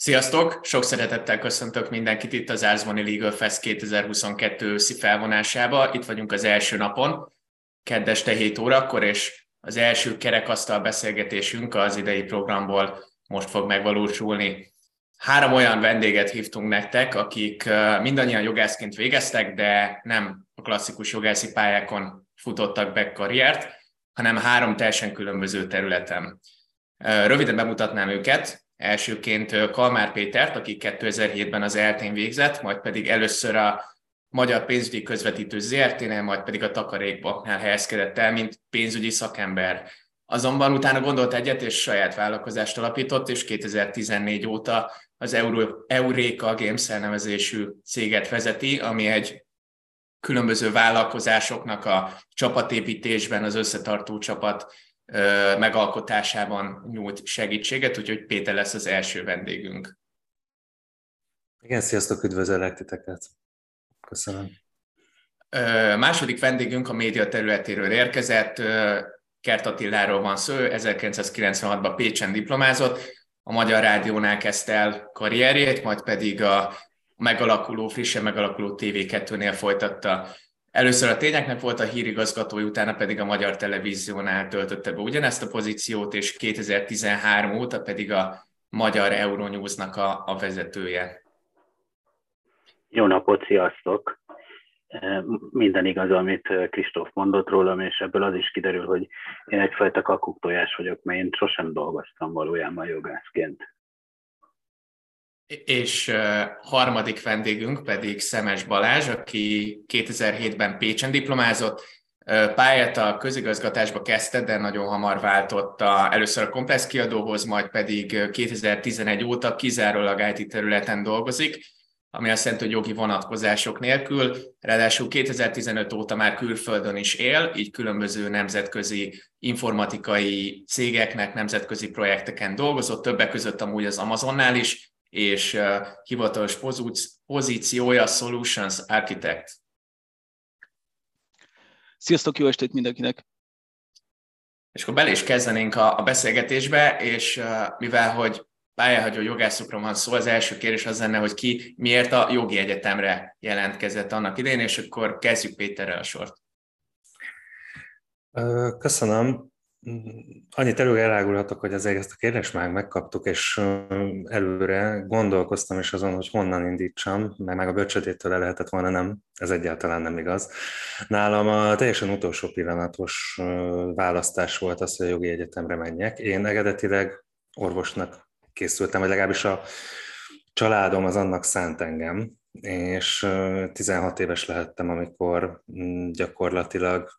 Sziasztok! Sok szeretettel köszöntök mindenkit itt az Ars Money Legal Fest 2022 őszi felvonásába. Itt vagyunk az első napon, kedd este 7 órakor, és az első kerekasztal beszélgetésünk az idei programból most fog megvalósulni. 3 olyan vendéget hívtunk nektek, akik mindannyian jogászként végeztek, de nem a klasszikus jogászi pályákon futottak be karriert, hanem 3 teljesen különböző területen. Röviden bemutatnám őket. Elsőként Kalmár Pétert, aki 2007-ben az ELTE-n végzett, majd pedig először a Magyar Pénzügyi Közvetítő Zrt-nél, majd pedig a Takarékbanknál helyezkedett el, mint pénzügyi szakember. Azonban utána gondolt egyet, és saját vállalkozást alapított, és 2014 óta az Eureka Games elnevezésű céget vezeti, ami egy különböző vállalkozásoknak a csapatépítésben, az összetartó csapat megalkotásában nyújt segítséget, úgyhogy Péter lesz az első vendégünk. Igen, sziasztok, üdvözöllek titeket. Köszönöm. Második vendégünk a média területéről érkezett, Kert Attiláról van szó, 1996-ban Pécsen diplomázott, a Magyar Rádiónál kezdte el karrierjét, majd pedig a frissen megalakuló TV2-nél folytatta. Először a Tényeknek volt a hírigazgatója, utána pedig a Magyar Televíziónál töltötte be ugyanezt a pozíciót, és 2013 óta pedig a Magyar Euronews-nak a vezetője. Jó napot, sziasztok! Minden igaz, amit Kristóf mondott rólam, és ebből az is kiderül, hogy én egyfajta kakuktojás vagyok, mert én sosem dolgoztam valójában jogászként. És harmadik vendégünk pedig Szemes Balázs, aki 2007-ben Pécsen diplomázott, pályát a közigazgatásba kezdte, de nagyon hamar váltott először a Komplex kiadóhoz, majd pedig 2011 óta kizárólag IT területen dolgozik, ami azt jelenti, hogy jogi vonatkozások nélkül, ráadásul 2015 óta már külföldön is él, így különböző nemzetközi informatikai cégeknek, nemzetközi projekteken dolgozott, többek között amúgy az Amazonnál is, és hivatalos pozíciója Solutions Architect. Sziasztok, jó estét mindenkinek! És akkor bele is kezdenénk a beszélgetésbe, és mivel hogy pályahagyó jogászokról van szó, az első kérdés az lenne, hogy ki miért a jogi egyetemre jelentkezett annak idején, és akkor kezdjük Péterrel a sort. Köszönöm. Annyit előre elágulhatok, hogy azért ezt a kérdést már megkaptuk, és előre gondolkoztam is azon, hogy honnan indítsam, mert már a bölcsödétől el lehetett volna, nem, ez egyáltalán nem igaz. Nálam a teljesen utolsó pillanatos választás volt az, hogy a jogi egyetemre menjek. Én eredetileg orvosnak készültem, vagy legalábbis a családom az annak szánt engem, és 16 éves lehettem, amikor gyakorlatilag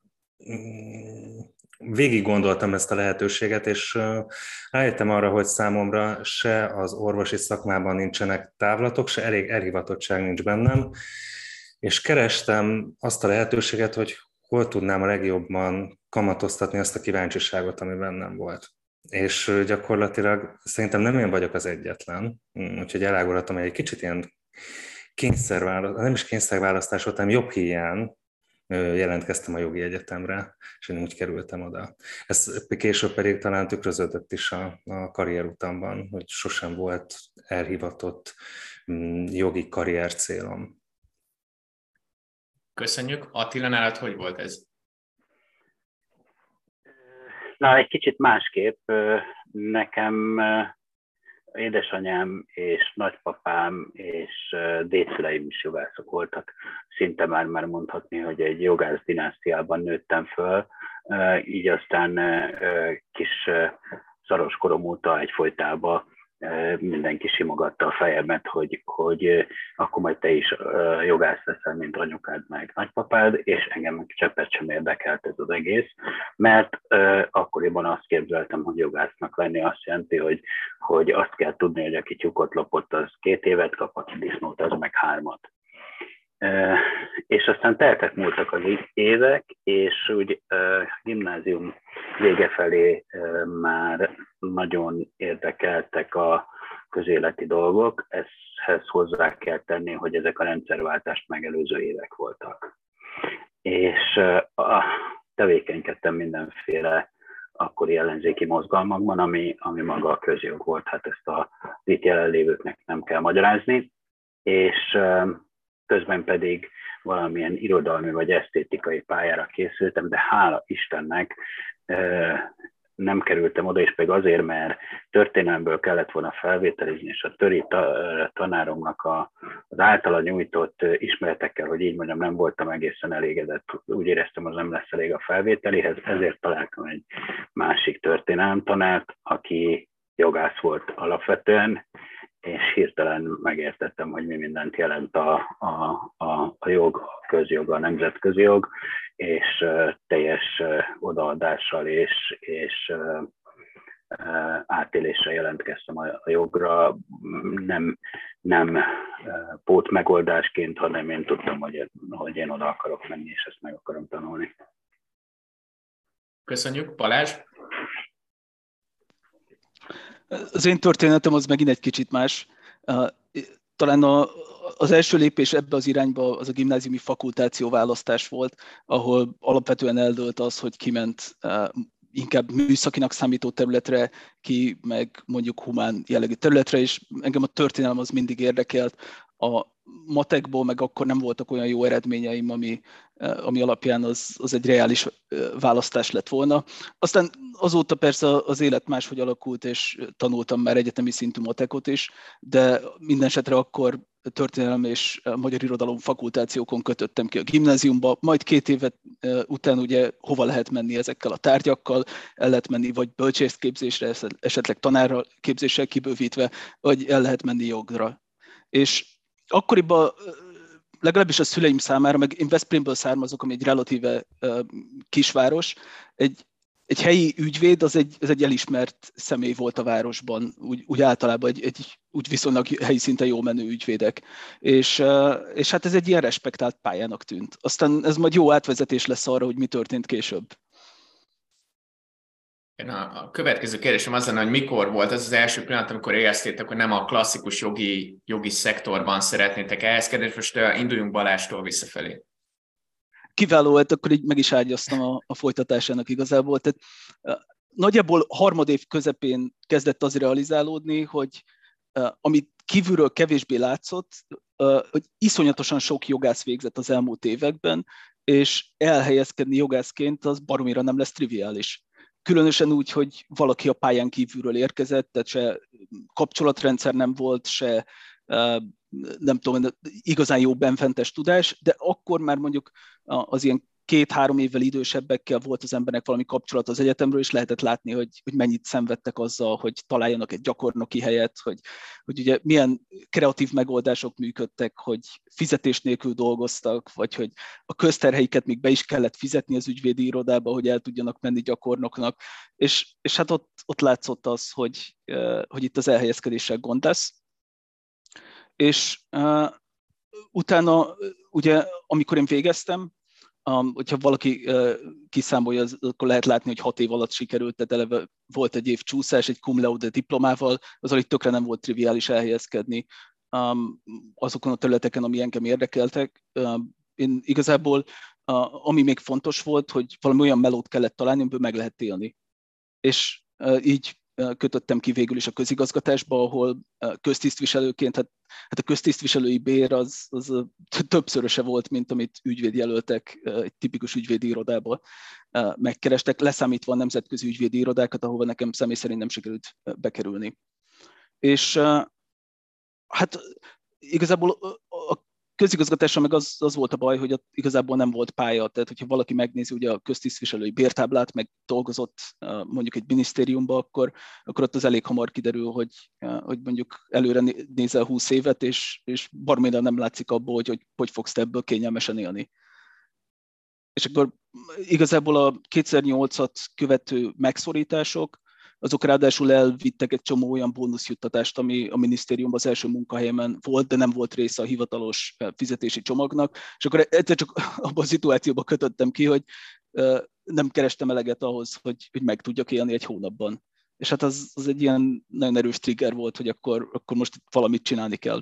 végig gondoltam ezt a lehetőséget, és rájöttem arra, hogy számomra se az orvosi szakmában nincsenek távlatok, se elég elhivatottság nincs bennem, és kerestem azt a lehetőséget, hogy hol tudnám a legjobban kamatoztatni azt a kíváncsiságot, ami bennem volt. És gyakorlatilag szerintem nem én vagyok az egyetlen, úgyhogy elágulhatom, hogy egy kicsit ilyen kényszerválasztás, nem is kényszerválasztás volt, hanem jobb hiány, jelentkeztem a jogi egyetemre, és én úgy kerültem oda. Ez később pedig talán tükröződött is a karrierutamban, hogy sosem volt elhivatott jogi karrier célom. Köszönjük. Attila, nálad hogy volt ez? Na, egy kicsit másképp. Nekem édesanyám és nagypapám és dédszüleim is jogászok voltak. Szinte már mondhatni, hogy egy jogász dinasztiában nőttem föl, így aztán kis szaros korom óta egyfolytában mindenki simogatta a fejemet, hogy akkor majd te is jogász leszel, mint anyukád meg nagypapád, és engem cseppet sem érdekelt ez az egész, mert akkoriban azt képzeltem, hogy jogásznak lenni azt jelenti, hogy azt kell tudni, hogy aki tyúkot lopott, az 2 évet kap, aki disznót, az meg 3. És aztán múltak az évek, és úgy gimnázium vége felé már nagyon érdekeltek a közéleti dolgok. Ehhez hozzá kell tenni, hogy ezek a rendszerváltást megelőző évek voltak. És tevékenykedtem mindenféle akkori ellenzéki mozgalmakban, ami maga a közjog volt, hát ezt az itt jelenlévőknek nem kell magyarázni, és közben pedig valamilyen irodalmi vagy esztétikai pályára készültem, de hála Istennek nem kerültem oda, és pedig azért, mert történelemből kellett volna felvételizni, és a töri tanáromnak az általa nyújtott ismeretekkel, hogy így mondjam, nem voltam egészen elégedett. Úgy éreztem, az nem lesz elég a felvételihez, ezért találtam egy másik történelemtanárt, aki jogász volt alapvetően, és hirtelen megértettem, hogy mi mindent jelent a jog, a közjog, a nemzetközi jog, és teljes odaadással és átéléssel jelentkeztem a jogra, nem pótmegoldásként, hanem én tudtam, hogy én oda akarok menni, és ezt meg akarom tanulni. Köszönjük. Balázs? Az én történetem az megint egy kicsit más. Talán az első lépés ebbe az irányba az a gimnáziumi fakultáció választás volt, ahol alapvetően eldőlt az, hogy kiment inkább műszakinak számító területre, ki meg mondjuk humán jellegű területre, és engem a történelem az mindig érdekelt. A matekból meg akkor nem voltak olyan jó eredményeim, ami alapján az egy reális választás lett volna. Aztán azóta persze az élet máshogy alakult, és tanultam már egyetemi szintű matekot is, de minden esetre akkor történelem és magyar irodalom fakultációkon kötöttem ki a gimnáziumba, majd 2 évet után ugye hova lehet menni ezekkel a tárgyakkal, el lehet menni vagy bölcsészképzésre, esetleg tanárképzéssel kibővítve, vagy el lehet menni jogra. És akkoriban, legalábbis a szüleim számára, meg én Veszprémből származok, ami egy relatíve kisváros, egy helyi ügyvéd, az egy elismert személy volt a városban, úgy általában úgy viszonylag helyi szinten jól menő ügyvédek. És hát ez egy ilyen respektált pályának tűnt. Aztán ez majd jó átvezetés lesz arra, hogy mi történt később. A következő kérdésem az lenne, hogy mikor volt az első pillanat, amikor éreztétek, hogy nem a klasszikus jogi szektorban szeretnétek elhelyezkedni, és most induljunk Balástól visszafelé. Kiváló, hát akkor így meg is ágyaztam a folytatásának igazából. Tehát nagyjából harmadév közepén kezdett az realizálódni, hogy amit kívülről kevésbé látszott, hogy iszonyatosan sok jogász végzett az elmúlt években, és elhelyezkedni jogászként az baromira nem lesz triviális. Különösen úgy, hogy valaki a pályán kívülről érkezett, tehát se kapcsolatrendszer nem volt, se nem tudom, igazán jó benfentes tudás, de akkor már mondjuk az ilyen 2-3 évvel idősebbekkel volt az embernek valami kapcsolat az egyetemről, és lehetett látni, hogy mennyit szenvedtek azzal, hogy találjanak egy gyakornoki helyet, hogy ugye milyen kreatív megoldások működtek, hogy fizetés nélkül dolgoztak, vagy hogy a közterheiket még be is kellett fizetni az ügyvédi irodába, hogy el tudjanak menni gyakornoknak, és hát ott látszott az, hogy itt az elhelyezkedéssel gond lesz. És utána, ugye, amikor én végeztem, hogyha valaki kiszámolja, akkor lehet látni, hogy 6 év alatt sikerült, tehát eleve volt egy év csúszás, egy cum laude diplomával, azzal itt tökre nem volt triviális elhelyezkedni azokon a területeken, ami engem érdekeltek. Én igazából, ami még fontos volt, hogy valami olyan melót kellett találni, amiből meg lehet élni. És így kötöttem ki végül is a közigazgatásba, ahol köztisztviselőként, hát a köztisztviselői bér az többszöröse volt, mint amit ügyvédjelöltek egy tipikus ügyvédi irodába megkerestek, leszámítva a nemzetközi ügyvédi irodákat, ahova nekem személy szerint nem sikerült bekerülni. És hát igazából a közigazgatással meg az volt a baj, hogy igazából nem volt pálya, tehát hogyha valaki megnézi ugye a köztisztviselői bértáblát, meg dolgozott mondjuk egy minisztériumba, akkor ott az elég hamar kiderül, hogy mondjuk előre nézel 20 évet, és baromira nem látszik abból, hogy fogsz te ebből kényelmesen élni. És akkor igazából a 2008-at követő megszorítások, azok ráadásul elvittek egy csomó olyan bónuszjuttatást, ami a minisztériumban az első munkahelyemen volt, de nem volt része a hivatalos fizetési csomagnak. És akkor egyszer csak abban a szituációban kötöttem ki, hogy nem kerestem eleget ahhoz, hogy meg tudjak élni egy hónapban. És hát az egy ilyen nagyon erős trigger volt, hogy akkor most valamit csinálni kell.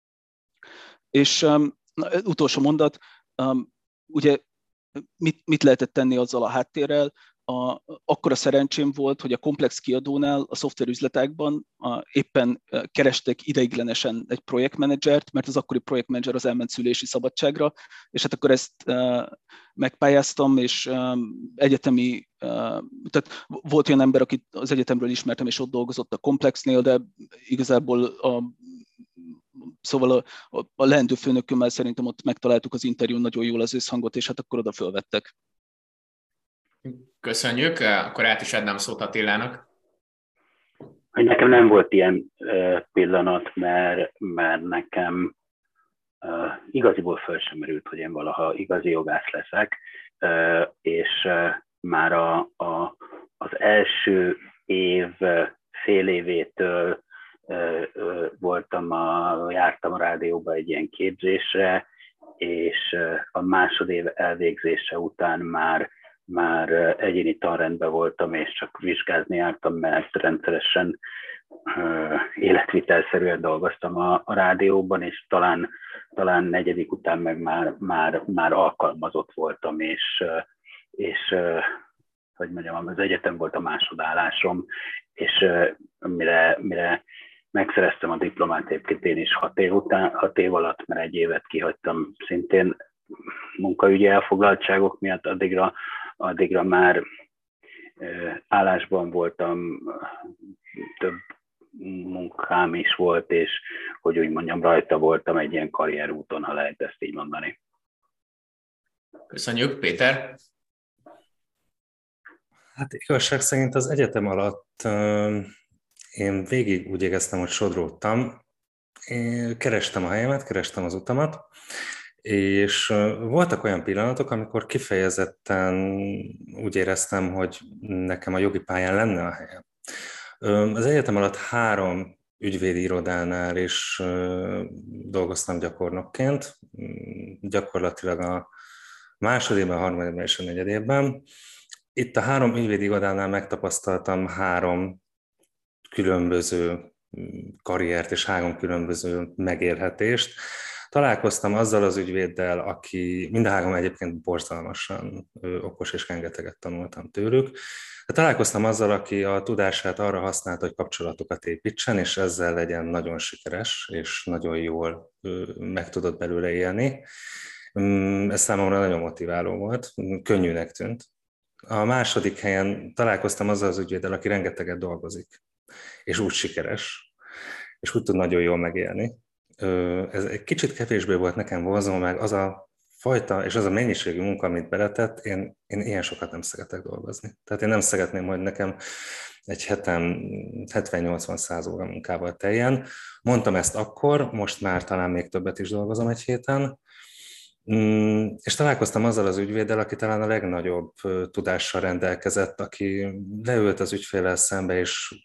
És utolsó mondat, ugye mit lehetett tenni azzal a háttérrel, akkora szerencsém volt, hogy a Komplex kiadónál, a szoftverüzletágban éppen kerestek ideiglenesen egy projektmenedzsert, mert az akkori projektmenedzser az elment szülési szabadságra, és hát akkor ezt megpályáztam, és egyetemi, tehát volt olyan ember, akit az egyetemről ismertem, és ott dolgozott a Komplexnél, de igazából szóval a leendő főnökömmel szerintem ott megtaláltuk az interjún nagyon jól az összhangot, és hát akkor oda fölvettek. Köszönjük, akkor át is adnám szót Attilának. Nekem nem volt ilyen pillanat, mert nekem igaziból föl sem merült, hogy én valaha igazi jogász leszek, és már az első év fél évétől jártam a rádióba egy ilyen képzésre, és a másodév elvégzése után már egyéni tanrendben voltam, és csak vizsgázni jártam, mert rendszeresen életvitelszerűen dolgoztam a rádióban, és talán negyedik után meg már alkalmazott voltam, és hogy mondjam, az egyetem volt a másodállásom, és mire megszereztem a diplomát, egyébként én is 6 év alatt, mert 1 évet kihagytam szintén munkaügyi elfoglaltságok miatt, addigra már állásban voltam, több munkám is volt, és hogy úgy mondjam, rajta voltam egy ilyen karrierúton, ha lehet ezt így mondani. Köszönjük, Péter! Hát igazság szerint az egyetem alatt én végig úgy éreztem, hogy sodródtam. Én kerestem a helyemet, kerestem az utamat, és voltak olyan pillanatok, amikor kifejezetten úgy éreztem, hogy nekem a jogi pályán lenne a helyem. Az egyetem alatt 3 ügyvédi irodánál is dolgoztam gyakornokként, gyakorlatilag a másodében, a harmadében és a negyedében. Itt a 3 ügyvédi irodánál megtapasztaltam 3 különböző karriert és 3 különböző megélhetést. Találkoztam azzal az ügyvéddel, aki mind a 3 egyébként borzalmasan okos, és rengeteget tanultam tőlük. De találkoztam azzal, aki a tudását arra használta, hogy kapcsolatokat építsen, és ezzel legyen nagyon sikeres, és nagyon jól meg tudott belőle élni. Ez számomra nagyon motiváló volt, könnyűnek tűnt. A második helyen találkoztam azzal az ügyvéddel, aki rengeteget dolgozik, és úgy sikeres, és úgy tud nagyon jól megélni. Ez egy kicsit kevésbé volt nekem vonzó, meg az a fajta és az a mennyiségű munka, amit beletett, én ilyen sokat nem szeretek dolgozni. Tehát én nem szeretném, hogy nekem egy heten 70-80-100 óra munkával teljen. Mondtam ezt akkor, most már talán még többet is dolgozom egy héten, és találkoztam azzal az ügyvéddel, aki talán a legnagyobb tudással rendelkezett, aki leült az ügyféllel szembe, és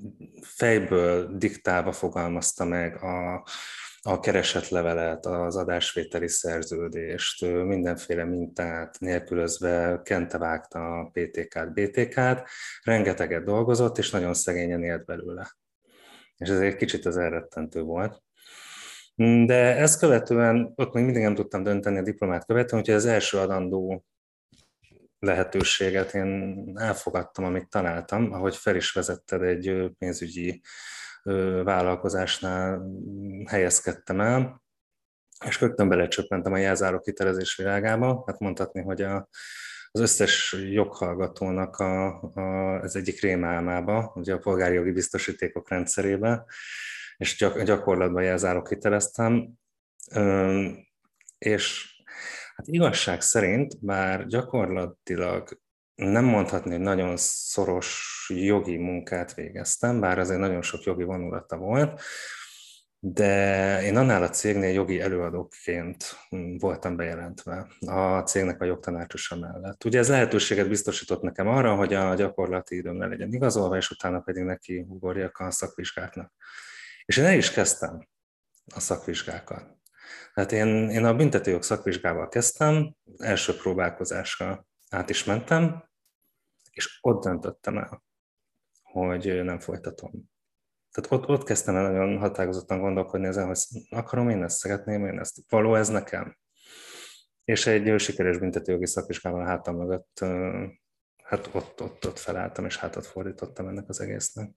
fejből diktálva fogalmazta meg a keresetlevelet, az adásvételi szerződést, mindenféle mintát nélkülözve kente vágta a PTK-t, BTK-t, rengeteget dolgozott, és nagyon szegényen élt belőle. És ez egy kicsit az elrettentő volt. De ezt követően, ott még mindig nem tudtam dönteni a diplomát követően, úgyhogy az első adandó lehetőséget én elfogadtam, amit találtam, ahogy fel is vezetted, egy pénzügyi vállalkozásnál helyezkedtem el, és rögtön belecsöppentem a jelzálog hitelezés világába. Hát mondhatni, hogy az összes joghallgatónak az egyik rémálmába, ugye a polgári jogi biztosítékok rendszerébe, és gyakorlatban jelzálog hiteleztem, és hát igazság szerint, bár gyakorlatilag nem mondhatni, hogy nagyon szoros jogi munkát végeztem, bár azért nagyon sok jogi vonulata volt, de én annál a cégnél jogi előadóként voltam bejelentve a cégnek a jogtanácsosa mellett. Ugye ez lehetőséget biztosított nekem arra, hogy a gyakorlati időm ne legyen igazolva, és utána pedig neki ugorjak a szakvizsgáknak. És én el is kezdtem a szakvizsgákat. Tehát én a büntetőjog szakvizsgával kezdtem, első próbálkozásra át is mentem, és ott döntöttem el, hogy nem folytatom. Tehát ott kezdtem el nagyon határozottan gondolkodni ezen, hogy akarom én ezt, szeretném én ezt, való ez nekem. És egy sikeres büntetőjogi szakvizsgával hátam mögött hát ott felálltam, és hátat fordítottam ennek az egésznek.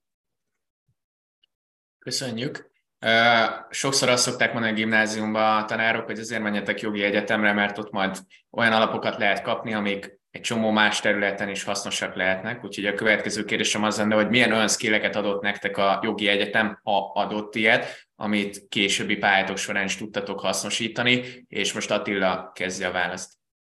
Köszönjük. Sokszor azt szokták mondani a gimnáziumban a tanárok, hogy azért menjetek jogi egyetemre, mert ott majd olyan alapokat lehet kapni, amik egy csomó más területen is hasznosak lehetnek. Úgyhogy a következő kérdésem az lenne, hogy milyen olyan skilleket adott nektek a jogi egyetem, ha adott ilyet, amit későbbi pályátok során is tudtatok hasznosítani, és most Attila kezdje a választ.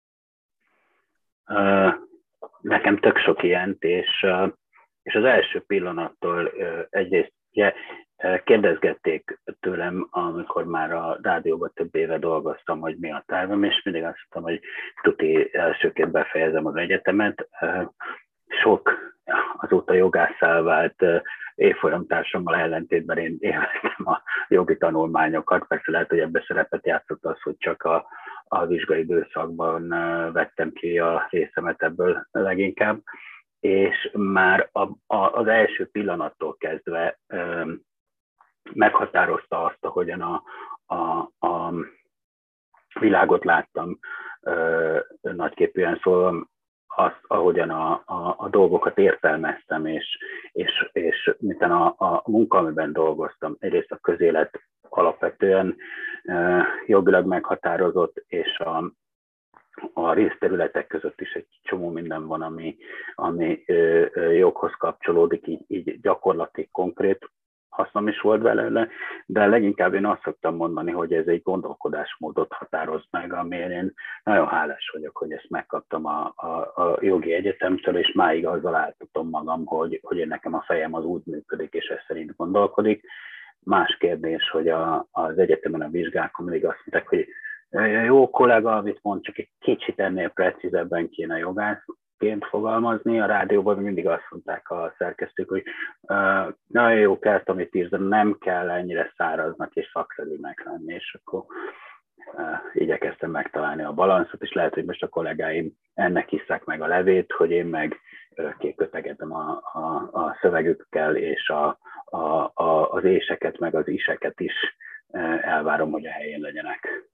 Nekem tök sok ilyent, és az első pillanattól egyrészt ugye, kérdezgették tőlem, amikor már a rádióban több éve dolgoztam, hogy mi a tervem, és mindig azt mondtam, hogy tuti elsőként befejezem az egyetemet. Sok azóta jogásszá vált évfolyamtársammal ellentétben én élveztem a jogi tanulmányokat. Persze lehet, hogy ebben szerepet játszott az, hogy csak a vizsgai időszakban vettem ki a részemet ebből leginkább, és már az első pillanattól kezdve meghatározta azt, ahogyan a világot láttam nagyképűen szólva, azt, ahogyan a dolgokat értelmeztem, és miután a munka, amiben dolgoztam, egyrészt a közélet alapvetően jogilag meghatározott, és a részterületek között is egy csomó minden van, ami joghoz kapcsolódik, így gyakorlati, konkrét hasznom is volt belőle, de leginkább én azt szoktam mondani, hogy ez egy gondolkodásmódot határoz meg, amiért én nagyon hálás vagyok, hogy ezt megkaptam a jogi egyetemtől, és máig azzal álltatom magam, hogy én nekem a fejem az úgy működik, és ez szerint gondolkodik. Más kérdés, hogy az egyetemen a vizsgákon mindig azt mondták, hogy jó kollega, amit mond, csak egy kicsit ennél precízebben kéne jogászként fogalmazni. A rádióban mindig azt mondták a szerkesztők, hogy nagyon jó kellett, amit írsz, de nem kell ennyire száraznak és szakszerűnek lenni, és akkor igyekeztem megtalálni a balanszot, és lehet, hogy most a kollégáim ennek hiszek meg a levét, hogy én meg kikötegetem a szövegükkel, és az éseket, meg az iseket is elvárom, hogy a helyén legyenek.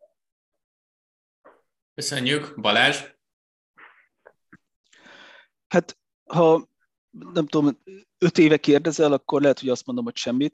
Köszönjük. Balázs? Hát, ha nem tudom, 5 éve kérdezel, akkor lehet, hogy azt mondom, hogy semmit.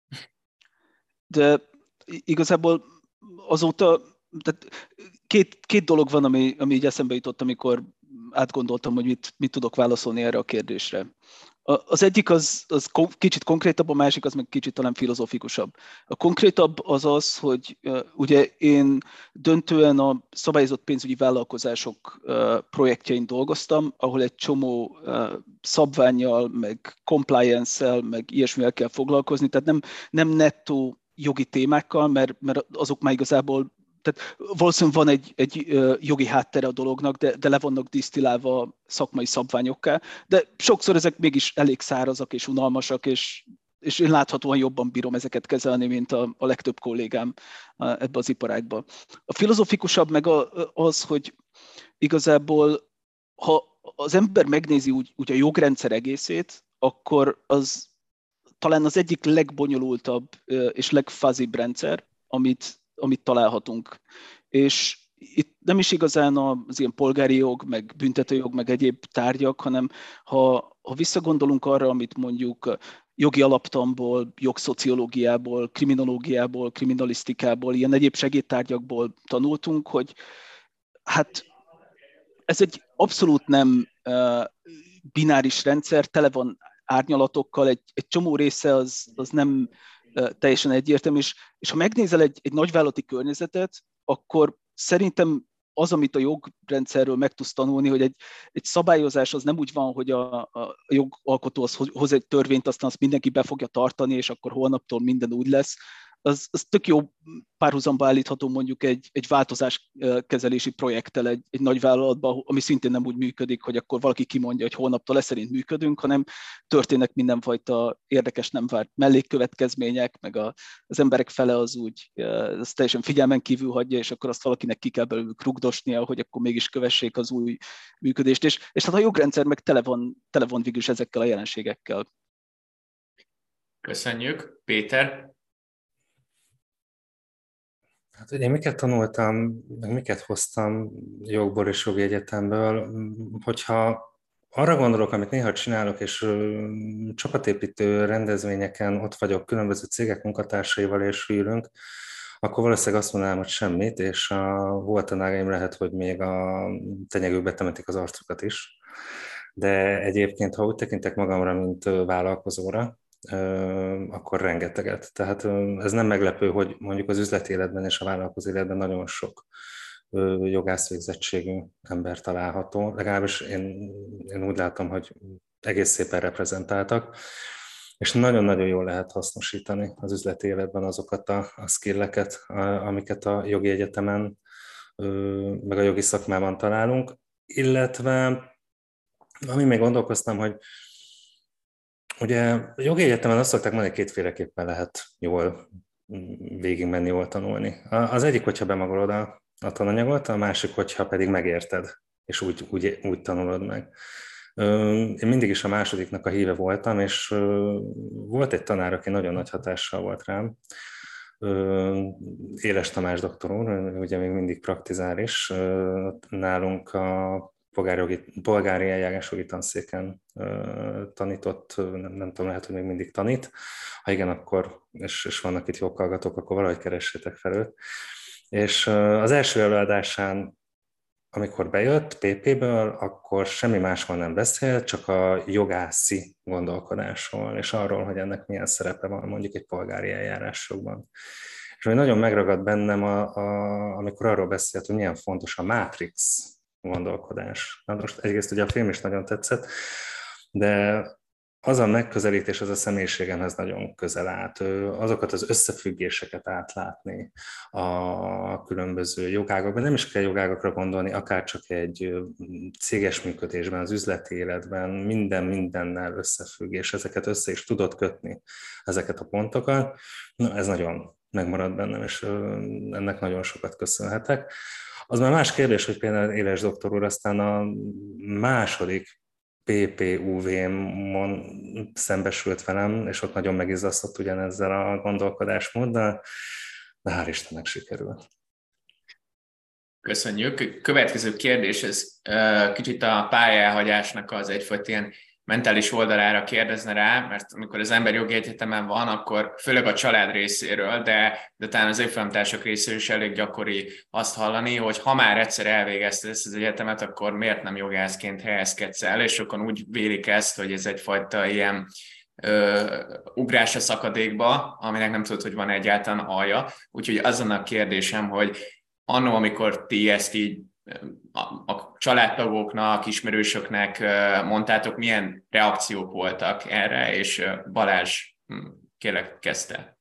De igazából azóta, tehát két dolog van, ami így eszembe jutott, amikor átgondoltam, hogy mit tudok válaszolni erre a kérdésre. Az egyik az kicsit konkrétabb, a másik az meg kicsit talán filozofikusabb. A konkrétabb az, hogy ugye én döntően a szabályozott pénzügyi vállalkozások projektjein dolgoztam, ahol egy csomó szabvánnyal, meg compliance-szel, meg ilyesmivel kell foglalkozni, tehát nem nettó jogi témákkal, mert azok már igazából, tehát valószínűleg van egy jogi háttere a dolognak, de le vannak disztillálva szakmai szabványokká, de sokszor ezek mégis elég szárazak és unalmasak, és én láthatóan jobban bírom ezeket kezelni, mint a legtöbb kollégám ebbe az iparágba. A filozofikusabb meg az, hogy igazából, ha az ember megnézi úgy a jogrendszer egészét, akkor az talán az egyik legbonyolultabb és legfuzzibb rendszer, amit találhatunk. És itt nem is igazán az ilyen polgári jog, meg büntetőjog, meg egyéb tárgyak, hanem ha visszagondolunk arra, amit mondjuk jogi alaptanból, jogszociológiából, kriminológiából, kriminalisztikából, ilyen egyéb segédtárgyakból tanultunk, hogy hát ez egy abszolút nem bináris rendszer, tele van árnyalatokkal, egy csomó része az nem teljesen egyértelmű, és ha megnézel egy nagyvállalati környezetet, akkor szerintem az, amit a jogrendszerről meg tudsz tanulni, hogy egy szabályozás az nem úgy van, hogy a jogalkotó az hoz egy törvényt, aztán azt mindenki be fogja tartani, és akkor holnaptól minden úgy lesz. Az tök jó párhuzamba állítható mondjuk egy változáskezelési projekttel egy nagy vállalatban, ami szintén nem úgy működik, hogy akkor valaki kimondja, hogy holnaptól ez szerint működünk, hanem történnek mindenfajta érdekes, nem várt mellékkövetkezmények, meg az emberek fele az úgy az teljesen figyelmen kívül hagyja, és akkor azt valakinek ki kell belőlük rugdosnia, hogy akkor mégis kövessék az új működést. És hát a jogrendszer meg tele van végül is ezekkel a jelenségekkel. Köszönjük. Péter? Hát ugye miket tanultam, miket hoztam jogból és jogi egyetemből, hogyha arra gondolok, amit néha csinálok, és csapatépítő rendezvényeken ott vagyok különböző cégek munkatársaival és ülünk, akkor valószínűleg azt mondanám, hogy semmit, és a volt tanáraim lehet, hogy még a tenyegőkbe temetik az arcukat is. De egyébként, ha úgy tekintek magamra, mint vállalkozóra, akkor rengeteget. Tehát ez nem meglepő, hogy mondjuk az üzleti életben és a vállalkozó életben nagyon sok jogászvégzettségű ember található. Legalábbis én úgy látom, hogy egész szépen reprezentáltak, és nagyon-nagyon jól lehet hasznosítani az üzleti életben azokat a skilleket, amiket a jogi egyetemen, meg a jogi szakmában találunk, illetve ami még gondolkoztam, hogy ugye jogi egyetemen azt szokták mondani, hogy kétféleképpen lehet jól végigmenni, jól tanulni. Az egyik, hogyha bemagolod a tananyagot, a másik, hogyha pedig megérted, és úgy tanulod meg. Én mindig is a másodiknak a híve voltam, és volt egy tanár, aki nagyon nagy hatással volt rám, Éles Tamás doktor úr, ugye még mindig praktizál is, nálunk a polgári eljárásjogi tanszéken tanított, nem tudom, lehet, hogy még mindig tanít. Ha igen, akkor, és vannak itt joghallgatók, akkor valahogy keressétek fel őt. És az első előadásán, amikor bejött PP-ből, akkor semmi másról nem beszélt, csak a jogászi gondolkodásról, és arról, hogy ennek milyen szerepe van mondjuk egy polgári eljárásokban. És ami nagyon megragad bennem, amikor arról beszélt, hogy milyen fontos a Matrix gondolkodás. Na most egyrészt ugye a film is nagyon tetszett, de az a megközelítés, az a személyiségemhez nagyon közel állt. Azokat az összefüggéseket átlátni a különböző jogágokban. Nem is kell jogágokra gondolni, akár csak egy céges működésben, az üzleti életben, mindennel összefügg, és ezeket össze is tudod kötni, ezeket a pontokat. Na, ez nagyon megmarad bennem, és ennek nagyon sokat köszönhetek. Az már más kérdés, hogy például Éles doktor úr aztán a második PPUV-mon szembesült velem, és ott nagyon megizzasztott ugyanezzel a gondolkodásmóddal, de hál' Istennek sikerült. Köszönjük. Következő kérdés, ez kicsit a pályaelhagyásnak az egyfajta ilyen mentális oldalára kérdezne rá, mert amikor az ember jogi egyetemen van, akkor főleg a család részéről, de talán az évfolyamtársak részéről is elég gyakori azt hallani, hogy ha már egyszer elvégezted ezt az egyetemet, akkor miért nem jogászként helyezkedsz el, és sokan úgy vélik ezt, hogy ez egyfajta ilyen ugrás a szakadékba, aminek nem tudod, hogy van egyáltalán alja. Úgyhogy azon a kérdésem, hogy annó, amikor ti ezt így a családtagoknak, ismerősöknek mondtátok, milyen reakciók voltak erre, és Balázs, kérlek, kezdte.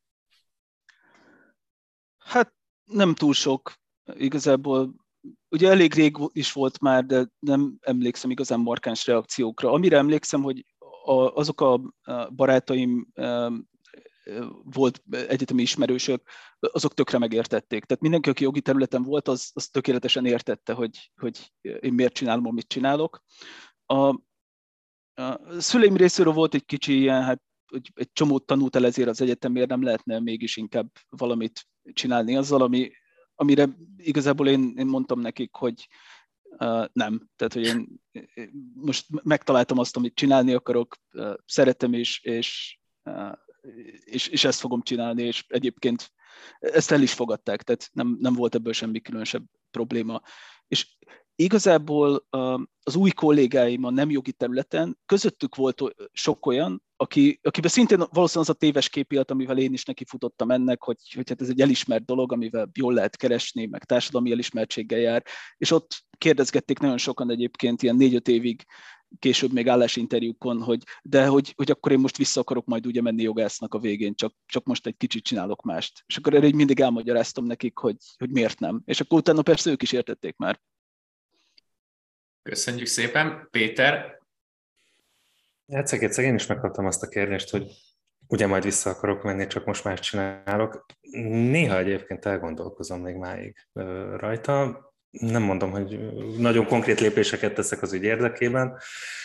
Hát nem túl sok igazából. Ugye elég rég is volt már, de nem emlékszem igazán markáns reakciókra. Amire emlékszem, hogy azok a barátaim, volt egyetemi ismerősök, azok tökre megértették. Tehát mindenki, aki jogi területen volt, az tökéletesen értette, hogy én miért csinálom, amit csinálok. A szüleim részéről volt egy kicsi ilyen, hát hogy egy csomót tanult el ezért az egyetemért, nem lehetne mégis inkább valamit csinálni azzal, amire igazából én mondtam nekik, hogy nem. Tehát, hogy én most megtaláltam azt, amit csinálni akarok, szeretem és ezt fogom csinálni, és egyébként ezt el is fogadták, tehát nem volt ebből semmi különösebb probléma. És igazából az új kollégáim a nem jogi területen, közöttük volt sok olyan, akiben szintén valószínűleg az a téves kép élt, amivel én is nekifutottam ennek, hogy hát ez egy elismert dolog, amivel jól lehet keresni, meg társadalmi elismertséggel jár, és ott kérdezgették nagyon sokan egyébként ilyen 4-5 évig, később még állásinterjúkon, hogy akkor én most vissza akarok majd ugye menni jogásznak a végén, csak most egy kicsit csinálok mást. És akkor erre így mindig elmagyaráztam nekik, hogy miért nem. És akkor utána persze ők is értették már. Köszönjük szépen. Péter? Egyszer én is megkaptam azt a kérdést, hogy ugye majd vissza akarok menni, csak most más csinálok. Néha egyébként elgondolkozom még máig rajta. Nem mondom, hogy nagyon konkrét lépéseket teszek az ügy érdekében,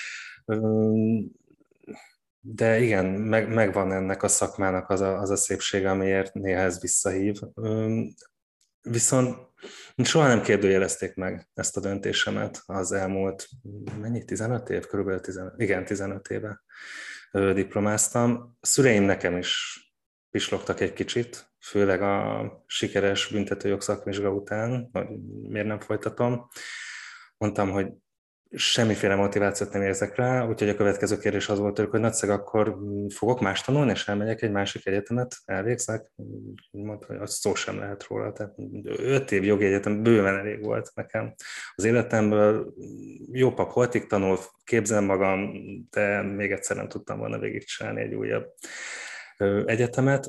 de igen, megvan ennek a szakmának az a szépsége, amiért néha ez visszahív. Viszont Soha nem kérdőjelezték meg ezt a döntésemet az elmúlt, 15 év? Körülbelül 15 éve diplomáztam. A szüleim nekem is pislogtak egy kicsit, főleg a sikeres büntetőjog szakvizsga után, hogy miért nem folytatom. Mondtam, hogy semmiféle motivációt nem érzek rá, úgyhogy a következő kérdés az volt tőlük, hogy nagyszeg, akkor fogok más tanulni, és elmegyek egy másik egyetemet, elvégzek. Mondta, hogy az szó sem lehet róla. Tehát 5 év jogi egyetem bőven elég volt nekem. Az életemből jó pap holtig tanul, képzelem magam, de még egyszer nem tudtam volna végigcsinálni egy újabb egyetemet.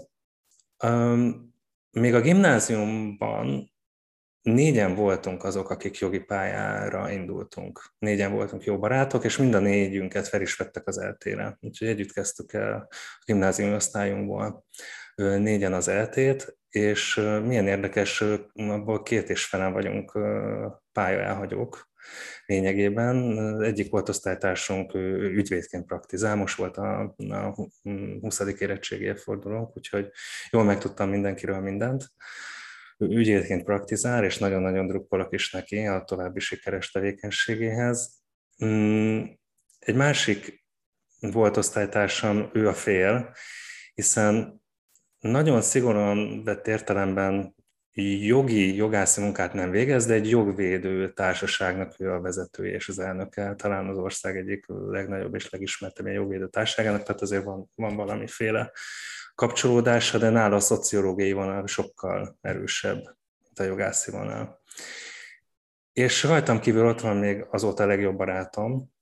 Még a gimnáziumban 4-en voltunk azok, akik jogi pályára indultunk. 4-en voltunk jó barátok, és mind a 4-ünket fel is vettek az ELTE-re. Úgyhogy együtt kezdtük el a gimnáziumi osztályunkból 4-en az ELTE-t, és milyen érdekes, abból 2,5-en vagyunk pályaelhagyók lényegében. Egyik volt osztálytársunk, ügyvédként praktizál, most volt a 20. érettségi évfordulónk, úgyhogy jól megtudtam mindenkiről mindent. Ügyvédként praktizál, és nagyon-nagyon drukkolok is neki a további sikeres tevékenységéhez. Egy másik volt osztálytársam, ő a fél, hiszen nagyon szigorúan vett értelemben jogászi munkát nem végez, de egy jogvédő társaságnak ő a vezetője és az elnöke, talán az ország egyik legnagyobb és legismertebb jogvédő társaságának, tehát azért van valamiféle kapcsolódása, de nála a szociológiai vonal sokkal erősebb, mint a jogászi vonal. És rajtam kívül ott van még azóta a legjobb barátom,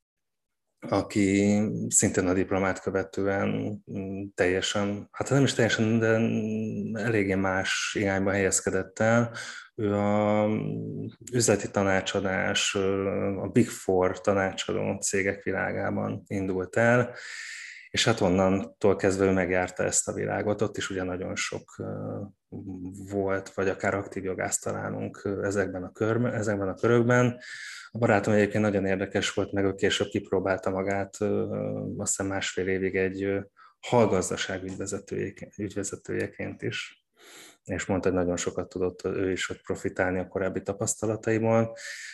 aki szintén a diplomát követően teljesen, hát nem is teljesen, de eléggé más irányba helyezkedett el. Ő a üzleti tanácsadás, a Big Four tanácsadó cégek világában indult el, és hát onnantól kezdve ő megjárta ezt a világot, ott is ugye nagyon sok volt, vagy akár aktív jogász találunk ezekben a körökben. A barátom egyébként nagyon érdekes volt, meg ő később kipróbálta magát, azt hiszem 1,5 évig egy hallgazdaság ügyvezetőjeként is, és mondta, hogy nagyon sokat tudott ő is hogy profitálni a korábbi tapasztalataiból,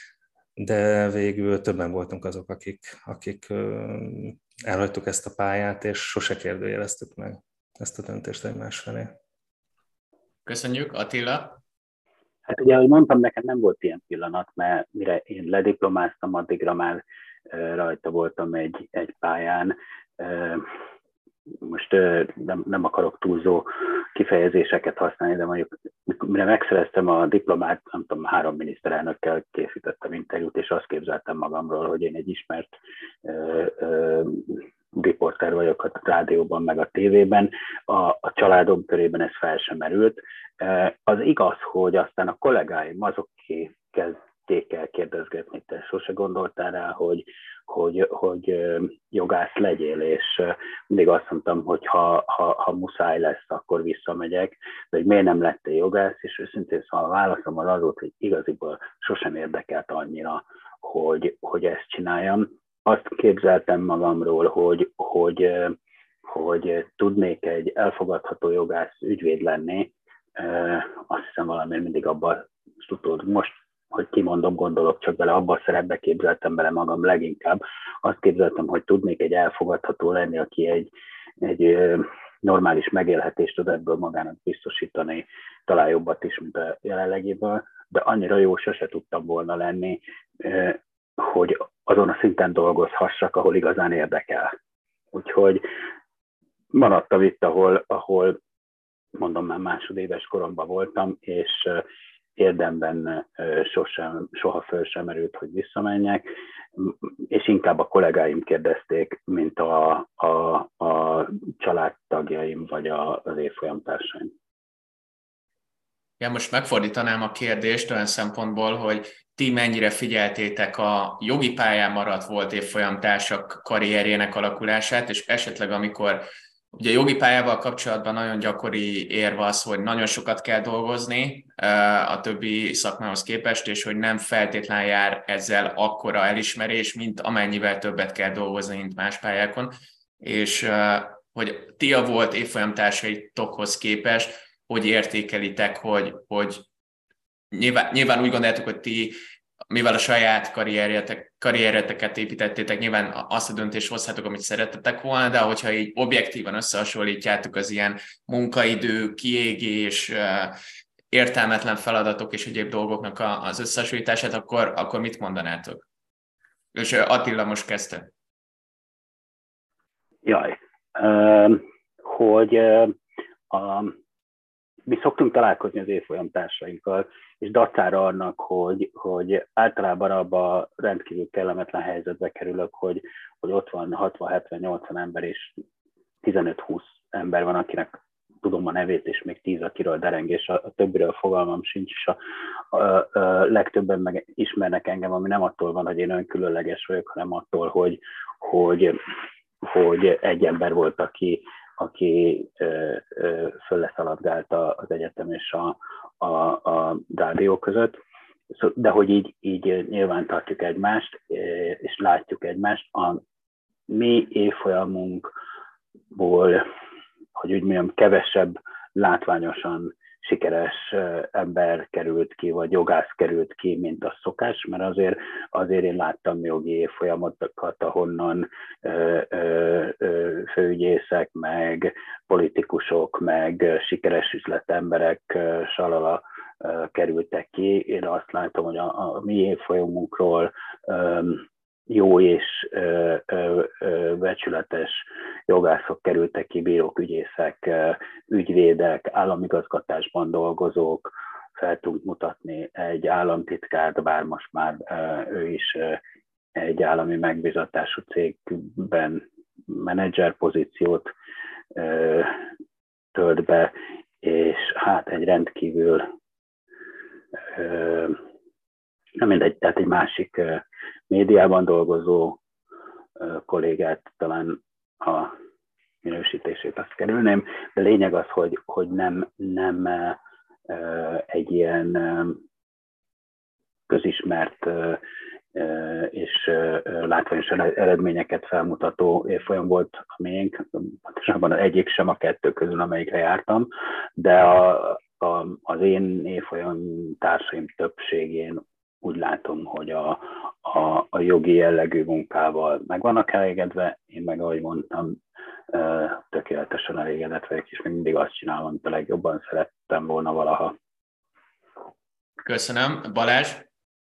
de végül többen voltunk azok, akik elhagytuk ezt a pályát, és sose kérdőjeleztük meg ezt a döntést egymás felé. Köszönjük. Attila? Hát ugye, ahogy mondtam, nekem nem volt ilyen pillanat, mert mire én lediplomáztam, addigra már rajta voltam egy pályán. Most nem akarok túlzó kifejezéseket használni, de mondjuk mire megszereztem a diplomát, nem tudom, 3 miniszterelnökkel készítettem interjút, és azt képzeltem magamról, hogy én egy ismert riporter vagyok a rádióban, meg a tévében. A családom körében ez fel sem merült. Az igaz, hogy aztán a kollégáim azok kezdték el kérdezgetni, te sose gondoltál rá, hogy jogász legyél, és mindig azt mondtam, hogy ha muszáj lesz, akkor visszamegyek, de hogy miért nem lettél jogász, és őszintén szóval a válaszom az volt, hogy igaziból sosem érdekelt annyira, hogy ezt csináljam. Azt képzeltem magamról, hogy tudnék egy elfogadható jogász ügyvéd lenni, azt hiszem valamiért mindig abban tudod, most, hogy kimondom, gondolok csak bele, abban a szerepbe képzeltem bele magam leginkább. Azt képzeltem, hogy tudnék egy elfogadható lenni, aki egy normális megélhetést tud ebből magának biztosítani, talán jobbat is, mint a jelenlegéből, de annyira jó sose tudtam volna lenni, hogy azon a szinten dolgozhassak, ahol igazán érdekel. Úgyhogy maradtam itt, ahol mondom, már másodéves koromban voltam, és érdemben soha föl sem merült, hogy visszamenjek, és inkább a kollégáim kérdezték, mint a családtagjaim, vagy az évfolyamtársaim. Ja, most megfordítanám a kérdést olyan szempontból, hogy ti mennyire figyeltétek a jogi pályán maradt volt évfolyamtársak karrierjének alakulását, és esetleg amikor ugye jogi pályával kapcsolatban nagyon gyakori érv az, hogy nagyon sokat kell dolgozni a többi szakmához képest, és hogy nem feltétlenül jár ezzel akkora elismerés, mint amennyivel többet kell dolgozni, mint más pályákon, és hogy ti a volt évfolyamtársaitokhoz képest, hogy értékelitek, hogy nyilván úgy gondoltuk, hogy ti, mivel a saját karriereteket építettétek, nyilván azt a döntést hozhatok, amit szerettetek volna, de hogyha így objektívan összehasonlítjátok az ilyen munkaidő, kiégés, értelmetlen feladatok és egyéb dolgoknak az összehasonlítását, akkor mit mondanátok? És Attila most kezdte. Jaj, hogy mi szoktunk találkozni az évfolyam társainkkal, és dacára annak, hogy általában abba a rendkívül kellemetlen helyzetbe kerülök, hogy ott van 60-70-80 ember, és 15-20 ember van, akinek tudom a nevét, és még 10, akiről dereng, és a többiről fogalmam sincs, és a legtöbben meg ismernek engem, ami nem attól van, hogy én olyan különleges vagyok, hanem attól, hogy egy ember volt, aki fölleszaladgált az egyetem és a rádió között, de hogy így nyilván tartjuk egymást, és látjuk egymást. A mi évfolyamunkból, hogy úgy mondjam, kevesebb látványosan sikeres ember került ki, vagy jogász került ki, mint a szokás, mert azért én láttam jogi évfolyamokat, ahonnan főügyészek, meg politikusok, meg sikeres üzletemberek salala kerültek ki. Én azt látom, hogy a mi évfolyamunkról jó és becsületes jogászok kerültek ki, bírók, ügyészek, ügyvédek, államigazgatásban dolgozók, fel tudunk mutatni egy államtitkárt, bár most már ő is egy állami megbízatású cégben menedzser pozíciót tölt be, és hát egy rendkívül, nem mindegy, tehát egy másik médiában dolgozó kollégát talán a minősítését azt kerülném, de lényeg az, hogy nem egy ilyen közismert és látványos eredményeket felmutató évfolyam volt a miénk, pontosabban egyik sem a kettő közül, amelyikre jártam, de az én évfolyam társaim többségén úgy látom, hogy a jogi jellegű munkával meg vannak elégedve, én meg, ahogy mondtam, tökéletesen elégedett vagyok, és még mindig azt csinálom, amit a legjobban szerettem volna valaha. Köszönöm. Balázs?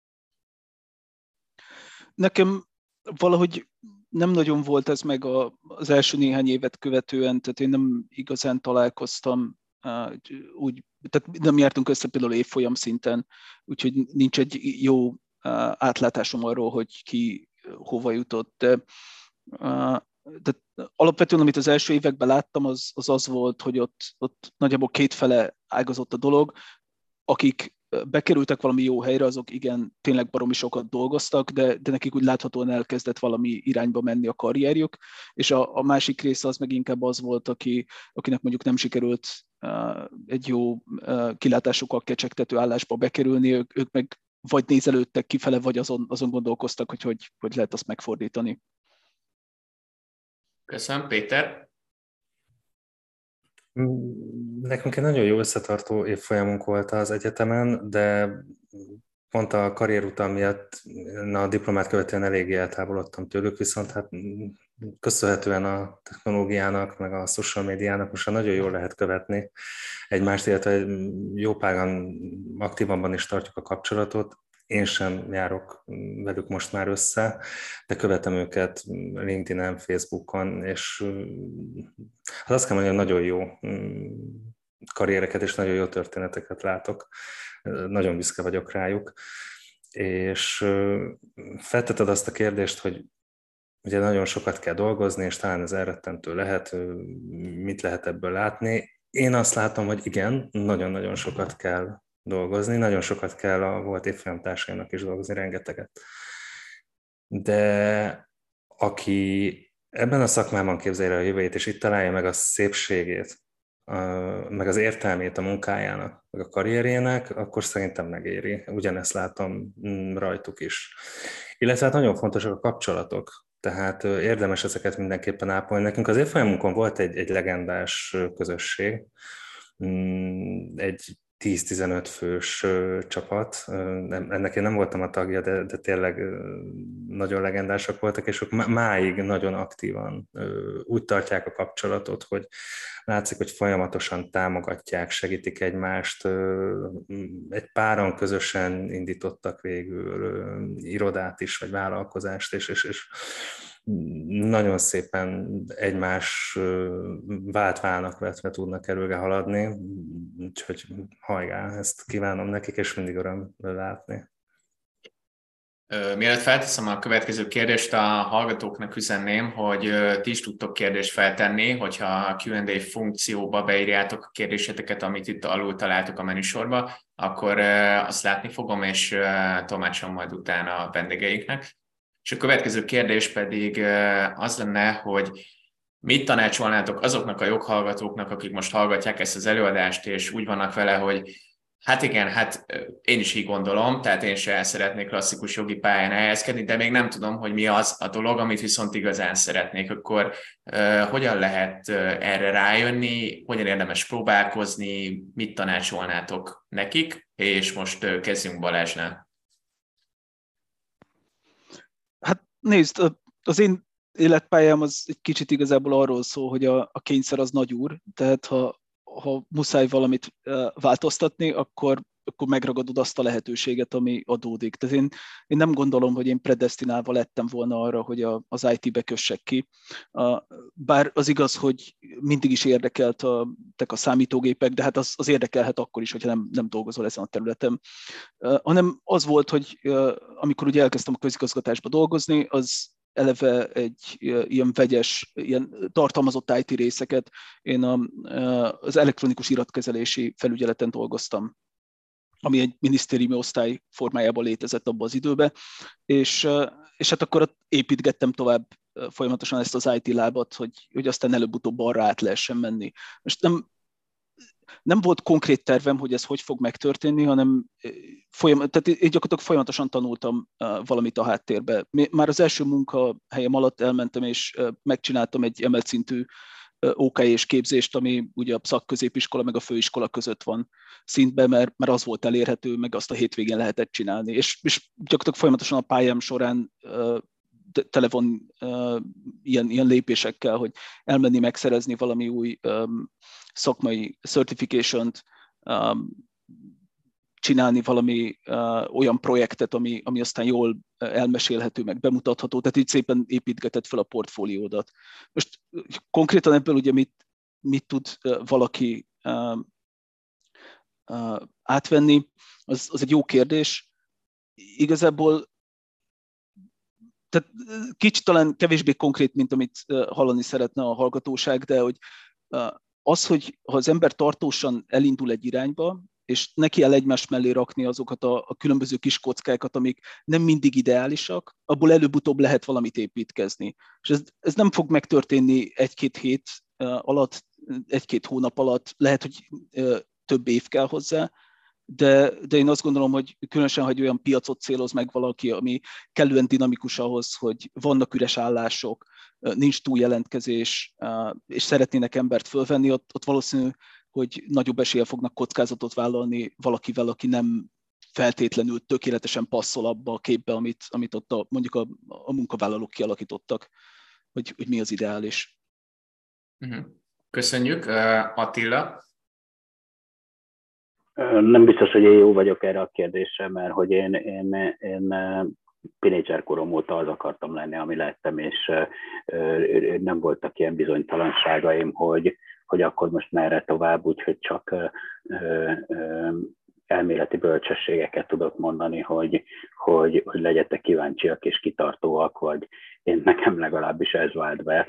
Nekem valahogy nem nagyon volt ez meg az első néhány évet követően, tehát én nem igazán találkoztam úgy, tehát nem jártunk össze például évfolyam szinten, úgyhogy nincs egy jó átlátásom arról, hogy ki hova jutott. De alapvetően, amit az első években láttam, az volt, hogy ott nagyjából kétfele ágazott a dolog. Akik bekerültek valami jó helyre, azok igen, tényleg baromi sokat dolgoztak, de nekik úgy láthatóan elkezdett valami irányba menni a karrierjük, és a másik része az meg inkább az volt, akinek mondjuk nem sikerült egy jó kilátásokkal kecsegtető állásba bekerülni, ők meg vagy nézelődtek kifele, vagy azon gondolkoztak, hogy lehet azt megfordítani. Köszönöm. Péter? Nekünk egy nagyon jó összetartó évfolyamunk volt az egyetemen, de pont a karrierutam miatt a diplomát követően eléggé eltávolodtam tőlük, viszont hát köszönhetően a technológiának, meg a social médiának most nagyon jól lehet követni egymást, illetve jó páran aktívabban is tartjuk a kapcsolatot. Én sem járok velük most már össze, de követem őket LinkedIn-en, Facebookon, és hát azt kell mondani, hogy nagyon jó karriereket és nagyon jó történeteket látok. Nagyon büszke vagyok rájuk. És feltetted azt a kérdést, hogy ugye nagyon sokat kell dolgozni, és talán ez elrettentő lehet, mit lehet ebből látni. Én azt látom, hogy igen, nagyon-nagyon sokat kell dolgozni, nagyon sokat kell a volt évfolyamtársaimnak is dolgozni, rengeteget. De aki ebben a szakmában képzelje a jövőjét, és itt találja meg a szépségét, meg az értelmét a munkájának, meg a karrierjének, akkor szerintem megéri. Ugyanezt látom rajtuk is. Illetve hát nagyon fontosak a kapcsolatok, tehát érdemes ezeket mindenképpen ápolni. Nekünk az évfolyamunkon volt egy legendás közösség, egy 10-15 fős csapat. Ennek én nem voltam a tagja, de tényleg nagyon legendásak voltak, és ők máig nagyon aktívan úgy tartják a kapcsolatot, hogy látszik, hogy folyamatosan támogatják, segítik egymást. Egy páran közösen indítottak végül irodát is, vagy vállalkozást, és nagyon szépen egymás váltvállnak vetve tudnak előre haladni, úgyhogy hajrá, ezt kívánom nekik, és mindig öröm látni. Mielőtt felteszem a következő kérdést, a hallgatóknak üzenném, hogy ti is tudtok kérdést feltenni, hogyha a Q&A funkcióba beírjátok a kérdéseteket, amit itt alul találtok a menüsorba, akkor azt látni fogom, és tolmácsolom majd utána a vendégeinknek. És a következő kérdés pedig az lenne, hogy mit tanácsolnátok azoknak a joghallgatóknak, akik most hallgatják ezt az előadást, és úgy vannak vele, hogy hát igen, hát én is így gondolom, tehát én se szeretnék klasszikus jogi pályán elhelyezkedni, de még nem tudom, hogy mi az a dolog, amit viszont igazán szeretnék. Akkor hogyan lehet erre rájönni, hogyan érdemes próbálkozni, mit tanácsolnátok nekik, és most kezdjünk Balázsnál. Hát nézd, az én életpályám az egy kicsit igazából arról szól, hogy a kényszer az nagy úr, tehát ha muszáj valamit változtatni, akkor megragadod azt a lehetőséget, ami adódik. Tehát én nem gondolom, hogy én predesztinálva lettem volna arra, hogy az IT-be kössek ki. Bár az igaz, hogy mindig is érdekeltek a számítógépek, de hát az érdekelhet akkor is, hogyha nem dolgozol ezen a területen. Hanem az volt, hogy amikor ugye elkezdtem a közigazgatásba dolgozni, az eleve egy ilyen vegyes, ilyen tartalmazott IT részeket. Én az elektronikus iratkezelési felügyeleten dolgoztam, ami egy minisztériumi osztály formájában létezett abban az időben, és hát akkor ott építgettem tovább folyamatosan ezt az IT lábat, hogy aztán előbb-utóbb arra át lehessen menni. Most nem volt konkrét tervem, hogy ez hogy fog megtörténni, hanem tehát én gyakorlatilag folyamatosan tanultam valamit a háttérbe. Már az első munkahelyem alatt elmentem, és megcsináltam egy emelt szintű OK-s képzést, ami ugye a szakközépiskola meg a főiskola között van szintben, mert az volt elérhető, meg azt a hétvégén lehetett csinálni. És gyakorlatilag folyamatosan a pályám során tele van ilyen lépésekkel, hogy elmenni megszerezni valami új szakmai certification-t, csinálni valami olyan projektet, ami aztán jól elmesélhető, meg bemutatható, tehát így szépen építgetett fel a portfóliódat. Most konkrétan ebből ugye mit tud valaki átvenni, az egy jó kérdés. Igazából tehát kicsit talán kevésbé konkrét, mint amit hallani szeretne a hallgatóság, de hogy az, hogy ha az ember tartósan elindul egy irányba, és neki kell egymás mellé rakni azokat a különböző kis kockákat, amik nem mindig ideálisak, abból előbb-utóbb lehet valamit építkezni. És ez nem fog megtörténni egy-két hét alatt, egy-két hónap alatt, lehet, hogy több év kell hozzá, de én azt gondolom, hogy különösen, hogy olyan piacot céloz meg valaki, ami kellően dinamikus ahhoz, hogy vannak üres állások, nincs túljelentkezés, és szeretnének embert fölvenni, ott valószínű, hogy nagyobb eséllyel fognak kockázatot vállalni valakivel, aki nem feltétlenül tökéletesen passzol abba a képbe, amit ott mondjuk a munkavállalók kialakítottak, hogy mi az ideális. Köszönjük. Attila? Nem biztos, hogy én jó vagyok erre a kérdésre, mert hogy én tínédzser korom óta az akartam lenni, ami lettem, és nem voltak ilyen bizonytalanságaim, hogy akkor most merre tovább, úgyhogy csak elméleti bölcsességeket tudok mondani, hogy legyetek kíváncsiak és kitartóak, vagy én nekem legalábbis ez vált be,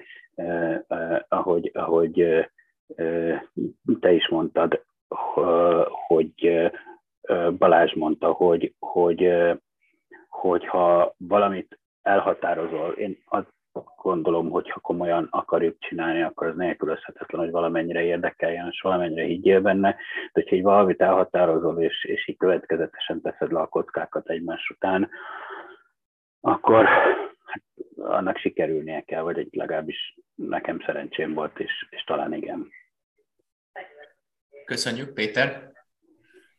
ahogy te is mondtad, hogy Balázs mondta, hogy ha valamit elhatározol, én azt gondolom, hogy ha komolyan akarjuk csinálni, akkor az nélkülözhetetlen, hogy valamennyire érdekeljen, és valamennyire higgyél benne, de hogyha egy valamit elhatározol, és így következetesen teszed le a kockákat egymás után, akkor hát, annak sikerülnie kell, vagy legalábbis nekem szerencsém volt, és talán igen. Köszönjük, Péter.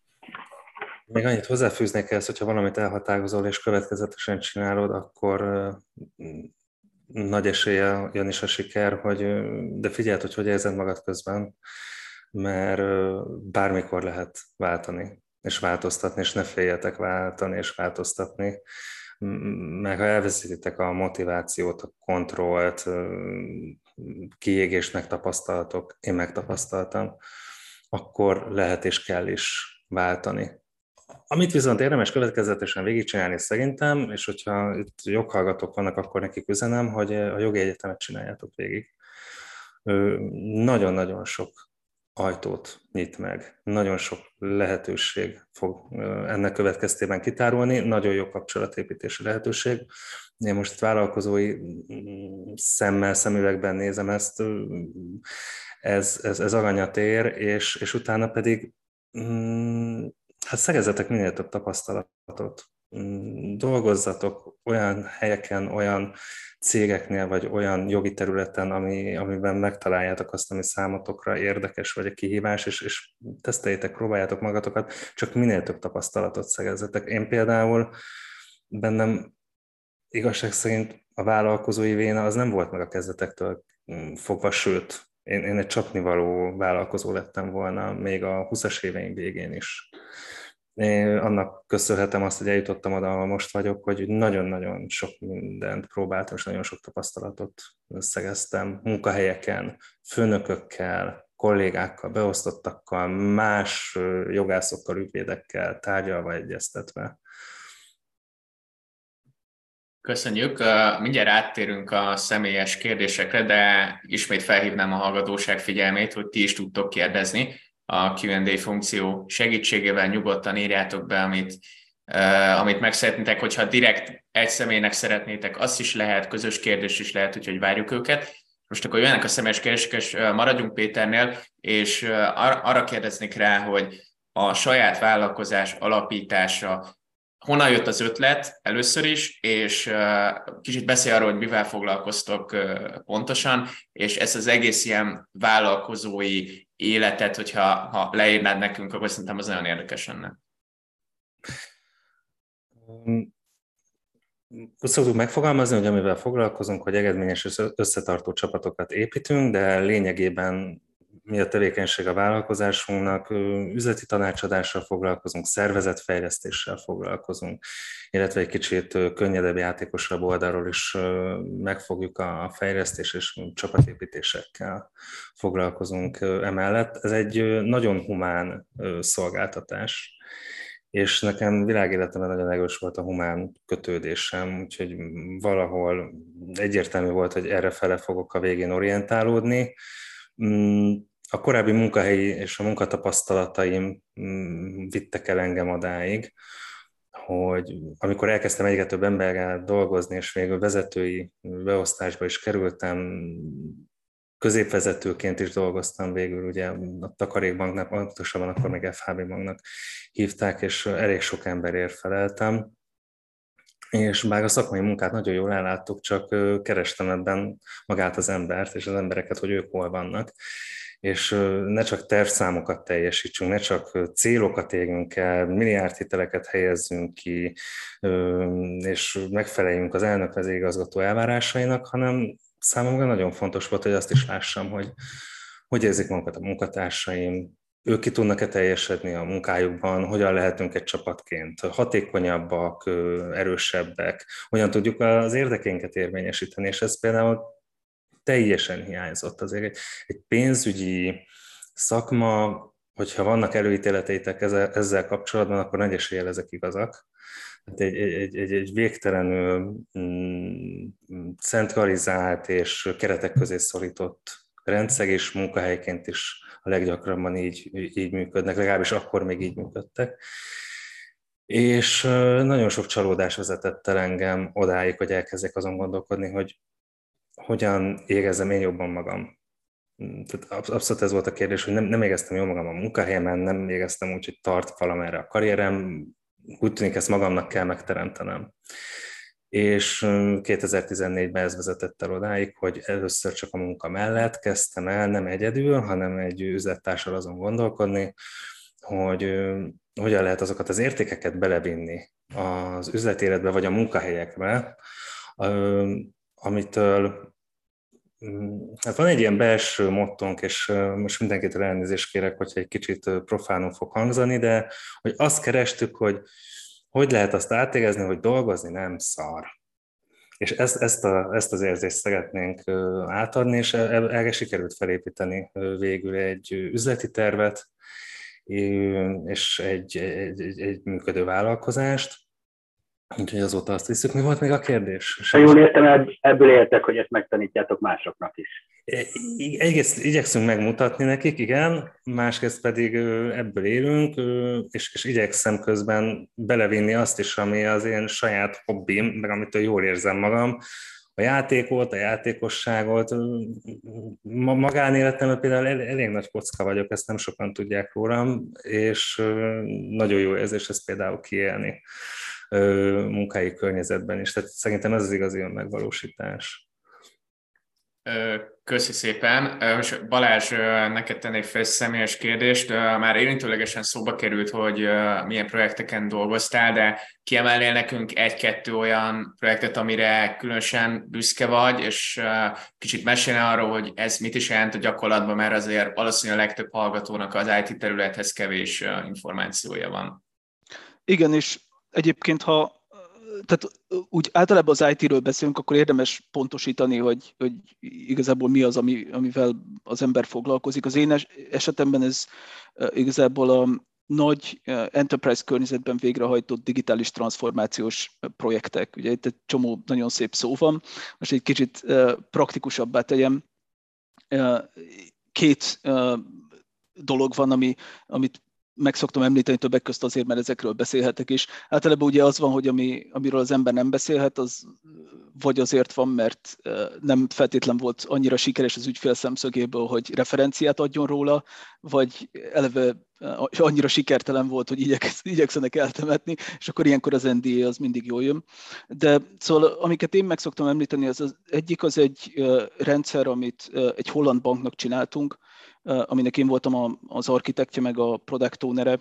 Még annyit hozzáfűznék ehhez, hogyha valamit elhatározol és következetesen csinálod, akkor nagy eséllyel jön is a siker, de figyeld, hogy érzed magad közben, mert bármikor lehet váltani és változtatni, és ne féljetek váltani és változtatni, mert ha elveszítitek a motivációt, a kontrollt, kiégést megtapasztaltok, én megtapasztaltam, akkor lehet és kell is váltani. Amit viszont érdemes következetesen végigcsinálni szerintem, és hogyha itt joghallgatók vannak, akkor nekik üzenem, hogy a jogi egyetemet csináljátok végig. Nagyon-nagyon sok ajtót nyit meg, nagyon sok lehetőség fog ennek következtében kitárulni, nagyon jó kapcsolatépítési lehetőség. Én most vállalkozói szemüvegben nézem ezt, ez aranyat ér, és utána pedig hát szerezzetek minél több tapasztalatot, dolgozzatok olyan helyeken, olyan cégeknél, vagy olyan jogi területen, amiben megtaláljátok azt, ami számotokra érdekes, vagy a kihívás, és teszteljétek, próbáljátok magatokat, csak minél több tapasztalatot szerezzetek. Én például bennem igazság szerint a vállalkozói véna az nem volt meg a kezdetektől fogva, sőt, én egy csapnivaló vállalkozó lettem volna még a 20-as éveim végén is. Én annak köszönhetem azt, hogy eljutottam oda, ahol most vagyok, hogy nagyon-nagyon sok mindent próbáltam, és nagyon sok tapasztalatot szereztem munkahelyeken, főnökökkel, kollégákkal, beosztottakkal, más jogászokkal, ügyvédekkel tárgyalva, egyeztetve. Köszönjük. Mindjárt áttérünk a személyes kérdésekre, de ismét felhívnám a hallgatóság figyelmét, hogy ti is tudtok kérdezni. A Q&A funkció segítségével nyugodtan írjátok be, amit meg szeretnétek, hogyha direkt egy személynek szeretnétek, azt is lehet, közös kérdés is lehet, úgyhogy várjuk őket. Most akkor jönnek a személyes kérdések, és maradjunk Péternél, és arra kérdeznék rá, hogy a saját vállalkozás alapítása honnan jött az ötlet először is, és kicsit beszélj arról, hogy mivel foglalkoztok pontosan, és ezt az egész ilyen vállalkozói életet, hogyha leírnád nekünk, akkor szerintem az nagyon érdekes lenne. Úgy szoktuk megfogalmazni, hogy amivel foglalkozunk, hogy eredményes és összetartó csapatokat építünk, de lényegében mi a tevékenység a vállalkozásunknak, üzleti tanácsadással foglalkozunk, szervezetfejlesztéssel foglalkozunk, illetve egy kicsit könnyedebb, játékosabb oldalról is megfogjuk a fejlesztés és csapatépítésekkel foglalkozunk emellett. Ez egy nagyon humán szolgáltatás, és nekem világéletemben nagyon erős volt a humán kötődésem, úgyhogy valahol egyértelmű volt, hogy errefele fogok a végén orientálódni. A korábbi munkahelyi és a munkatapasztalataim vittek el engem odáig, hogy amikor elkezdtem egyre több emberrel dolgozni, és végül vezetői beosztásba is kerültem, középvezetőként is dolgoztam végül, ugye a Takarékbanknak, pontosabban akkor még FHB banknak hívták, és elég sok emberért feleltem. És bár a szakmai munkát nagyon jól elláttuk, csak kerestem ebben magát az embert, és az embereket, hogy ők hol vannak. És ne csak tervszámokat teljesítsünk, ne csak célokat érjünk el, milliárdhiteleket helyezzünk ki, és megfeleljünk az elnök vezérigazgató elvárásainak, hanem számomra nagyon fontos volt, hogy azt is lássam, hogy érzik magukat a munkatársaim, ők ki tudnak-e teljesedni a munkájukban, hogyan lehetünk egy csapatként hatékonyabbak, erősebbek, hogyan tudjuk az érdekénket érvényesíteni, és ez például teljesen hiányzott. Azért egy pénzügyi szakma, hogyha vannak előítéleteitek ezzel kapcsolatban, akkor nagy eséllyel ezek igazak. Egy végtelenül centralizált és keretek közé szorított rendszer és munkahelyként is a leggyakrabban így működnek, legalábbis akkor még így működtek. És nagyon sok csalódás vezetett el engem odáig, hogy elkezdjek azon gondolkodni, hogy hogyan érezzem én jobban magam. Tehát abszolút ez volt a kérdés, hogy nem éreztem jól magam a munkahelyemen, nem éreztem úgy, hogy tart valamerre a karrierem, úgy tűnik, ezt magamnak kell megteremtenem. És 2014-ben ez vezetett el odáig, hogy először csak a munka mellett kezdtem el, nem egyedül, hanem egy üzlettársal azon gondolkodni, hogy hogyan lehet azokat az értékeket belevinni az üzletéletbe vagy a munkahelyekbe, amitől hát van egy ilyen belső mottónk, és most mindenkitől elnézést kérek, hogyha egy kicsit profánul fog hangzani, de hogy azt kerestük, hogy lehet azt átérezni, hogy dolgozni nem szar. És ezt az érzést szeretnénk átadni, és erre sikerült felépíteni végül egy üzleti tervet, és egy működő vállalkozást. Úgyhogy azóta azt hiszük, mi volt még a kérdés? Ha jól értem, ebből értek, hogy ezt megtanítjátok másoknak is. Egyrészt igyekszünk megmutatni nekik, igen, másrészt pedig ebből élünk, és igyekszem közben belevinni azt is, ami az én saját hobbim, meg amitől jól érzem magam, a játékot, a játékosságot. Magánéletemben például elég nagy kocka vagyok, ezt nem sokan tudják rólam, és nagyon jó érzés ezt például kiélni munkai környezetben is. Tehát szerintem ez az igazi önmegvalósítás. Köszi szépen. Most Balázs, neked tennék fel személyes kérdést. Már érintőlegesen szóba került, hogy milyen projekteken dolgoztál, de kiemelnél nekünk egy-kettő olyan projektet, amire különösen büszke vagy, és kicsit mesélne arról, hogy ez mit is jelent a gyakorlatban, mert azért valószínűleg a legtöbb hallgatónak az IT területhez kevés információja van. Igen, és egyébként, tehát úgy általában az IT-ről beszélünk, akkor érdemes pontosítani, hogy igazából mi az, amivel az ember foglalkozik. Az én esetemben ez igazából a nagy enterprise környezetben végrehajtott digitális transformációs projektek. Ugye itt egy csomó nagyon szép szó van. Most egy kicsit praktikusabbá tegyem. Két dolog van, amit meg szoktam említeni többek közt azért, mert ezekről beszélhetek is. Általában ugye az van, hogy amiről az ember nem beszélhet, az vagy azért van, mert nem feltétlen volt annyira sikeres az ügyfél szemszögéből, hogy referenciát adjon róla, vagy eleve annyira sikertelen volt, hogy igyekszenek eltemetni, és akkor ilyenkor az NDA az mindig jól jön. De szóval amiket én meg szoktam említeni, az egyik az egy rendszer, amit egy holland banknak csináltunk, aminek én voltam az architektje, meg a product ownere,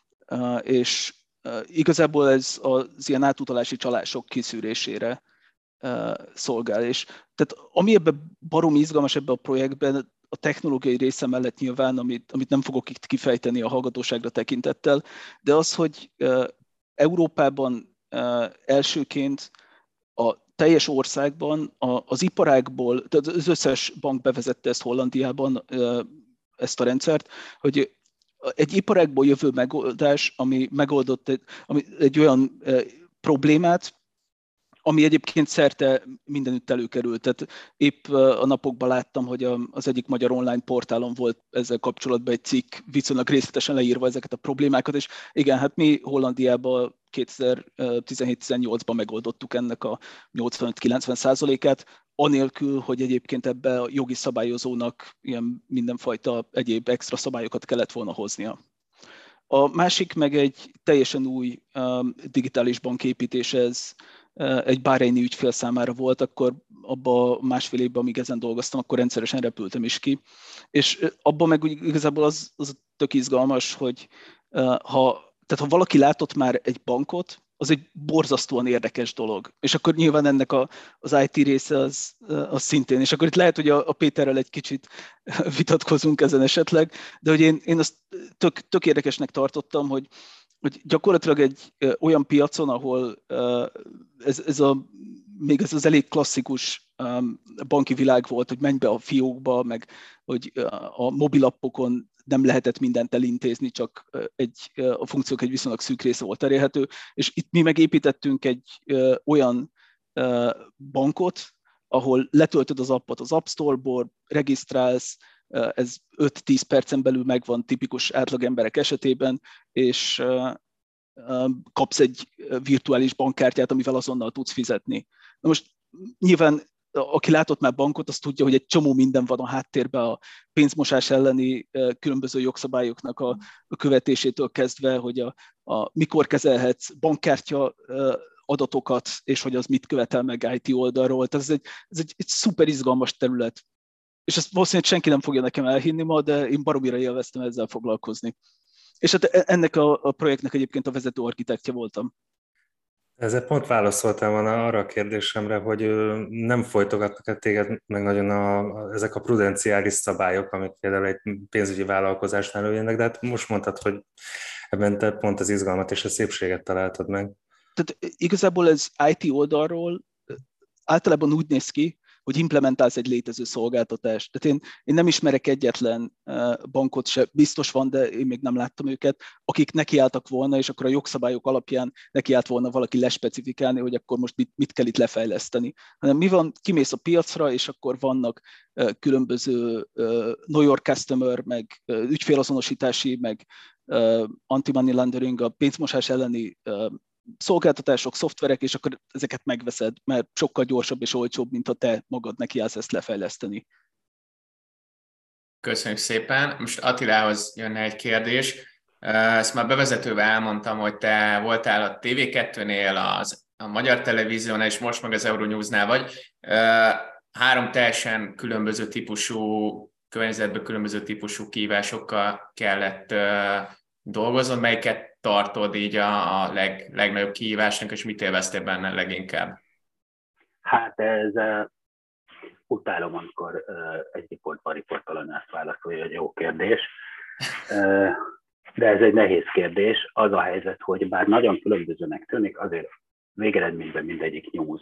és igazából ez az ilyen átutalási csalások kiszűrésére szolgál. És tehát ami ebben baromi izgalmas ebben a projektben, a technológiai része mellett nyilván, amit nem fogok itt kifejteni a hallgatóságra tekintettel, de az, hogy Európában elsőként a teljes országban az iparágból, tehát az összes bank bevezette ezt Hollandiában, ezt a rendszert, hogy egy iparágból jövő megoldás, ami megoldott egy olyan problémát, ami egyébként szerte mindenütt előkerült. Tehát épp a napokban láttam, hogy az egyik magyar online portálon volt ezzel kapcsolatban egy cikk, viszonylag részletesen leírva ezeket a problémákat, és igen, hát mi Hollandiában 2017-18-ban megoldottuk ennek a 85-90%-át, anélkül, hogy egyébként ebbe a jogi szabályozónak ilyen mindenfajta egyéb extra szabályokat kellett volna hoznia. A másik meg egy teljesen új digitális banképítés, ez egy bahreini ügyfél számára volt, akkor abban másfél évben, amíg ezen dolgoztam, akkor rendszeresen repültem is ki. És abban meg igazából az tök izgalmas, hogy ha valaki látott már egy bankot, az egy borzasztóan érdekes dolog. És akkor nyilván ennek az IT része az szintén. És akkor itt lehet, hogy a Péterrel egy kicsit vitatkozunk ezen esetleg, de hogy én azt tök érdekesnek tartottam, hogy gyakorlatilag egy olyan piacon, ahol még ez az elég klasszikus banki világ volt, hogy menj be a fiókba, meg hogy a mobilappokon nem lehetett mindent elintézni, csak a funkciók egy viszonylag szűk része volt elérhető, és itt mi megépítettünk egy olyan bankot, ahol letöltöd az appot az App Store-ból, regisztrálsz, ez 5-10 percen belül megvan tipikus átlagemberek esetében, és kapsz egy virtuális bankkártyát, amivel azonnal tudsz fizetni. Na most nyilván aki látott már bankot, az tudja, hogy egy csomó minden van a háttérben, a pénzmosás elleni különböző jogszabályoknak a követésétől kezdve, hogy mikor kezelhetsz bankkártya adatokat, és hogy az mit követel meg IT oldalról. Tehát ez egy szuper izgalmas terület. És ezt valószínűleg senki nem fogja nekem elhinni ma, de én baromira élveztem ezzel foglalkozni. És hát ennek a projektnek egyébként a vezető architektje voltam. Ezzel pont válaszoltam volna arra a kérdésemre, hogy nem folytogatnak-e téged meg nagyon ezek a prudenciális szabályok, amik például egy pénzügyi vállalkozásnál jönnek, de hát most mondtad, hogy ebben te pont az izgalmat és a szépséget találtad meg. Tehát igazából ez IT oldalról általában úgy néz ki, hogy implementálsz egy létező szolgáltatást. Tehát én nem ismerek egyetlen bankot se, biztos van, de én még nem láttam őket, akik nekiálltak volna, és akkor a jogszabályok alapján nekiállt volna valaki lespecifikálni, hogy akkor most mit kell itt lefejleszteni. Hanem mi van, kimész a piacra, és akkor vannak különböző know your customer, meg ügyfélazonosítási, meg anti-money laundering, a pénzmosás elleni szolgáltatások, szoftverek, és akkor ezeket megveszed, mert sokkal gyorsabb és olcsóbb, mint ha te magad nekiállsz ezt lefejleszteni. Köszönjük szépen. Most Attilához jönne egy kérdés. Ezt már bevezetővel elmondtam, hogy te voltál a TV2-nél, a Magyar Televíziónál, és most meg az Euronewsnál vagy. 3 teljesen különböző típusú környezetben, különböző típusú kihívásokkal kellett dolgoznod. Melyiket tartod így a legnagyobb kihívásnak, és mit élveztél benne leginkább? Hát ez utálom, amikor egy riportalany ezt válaszolja, hogy jó kérdés. De ez egy nehéz kérdés. Az a helyzet, hogy bár nagyon különbözőnek tűnik, azért végeredményben mindegyik news.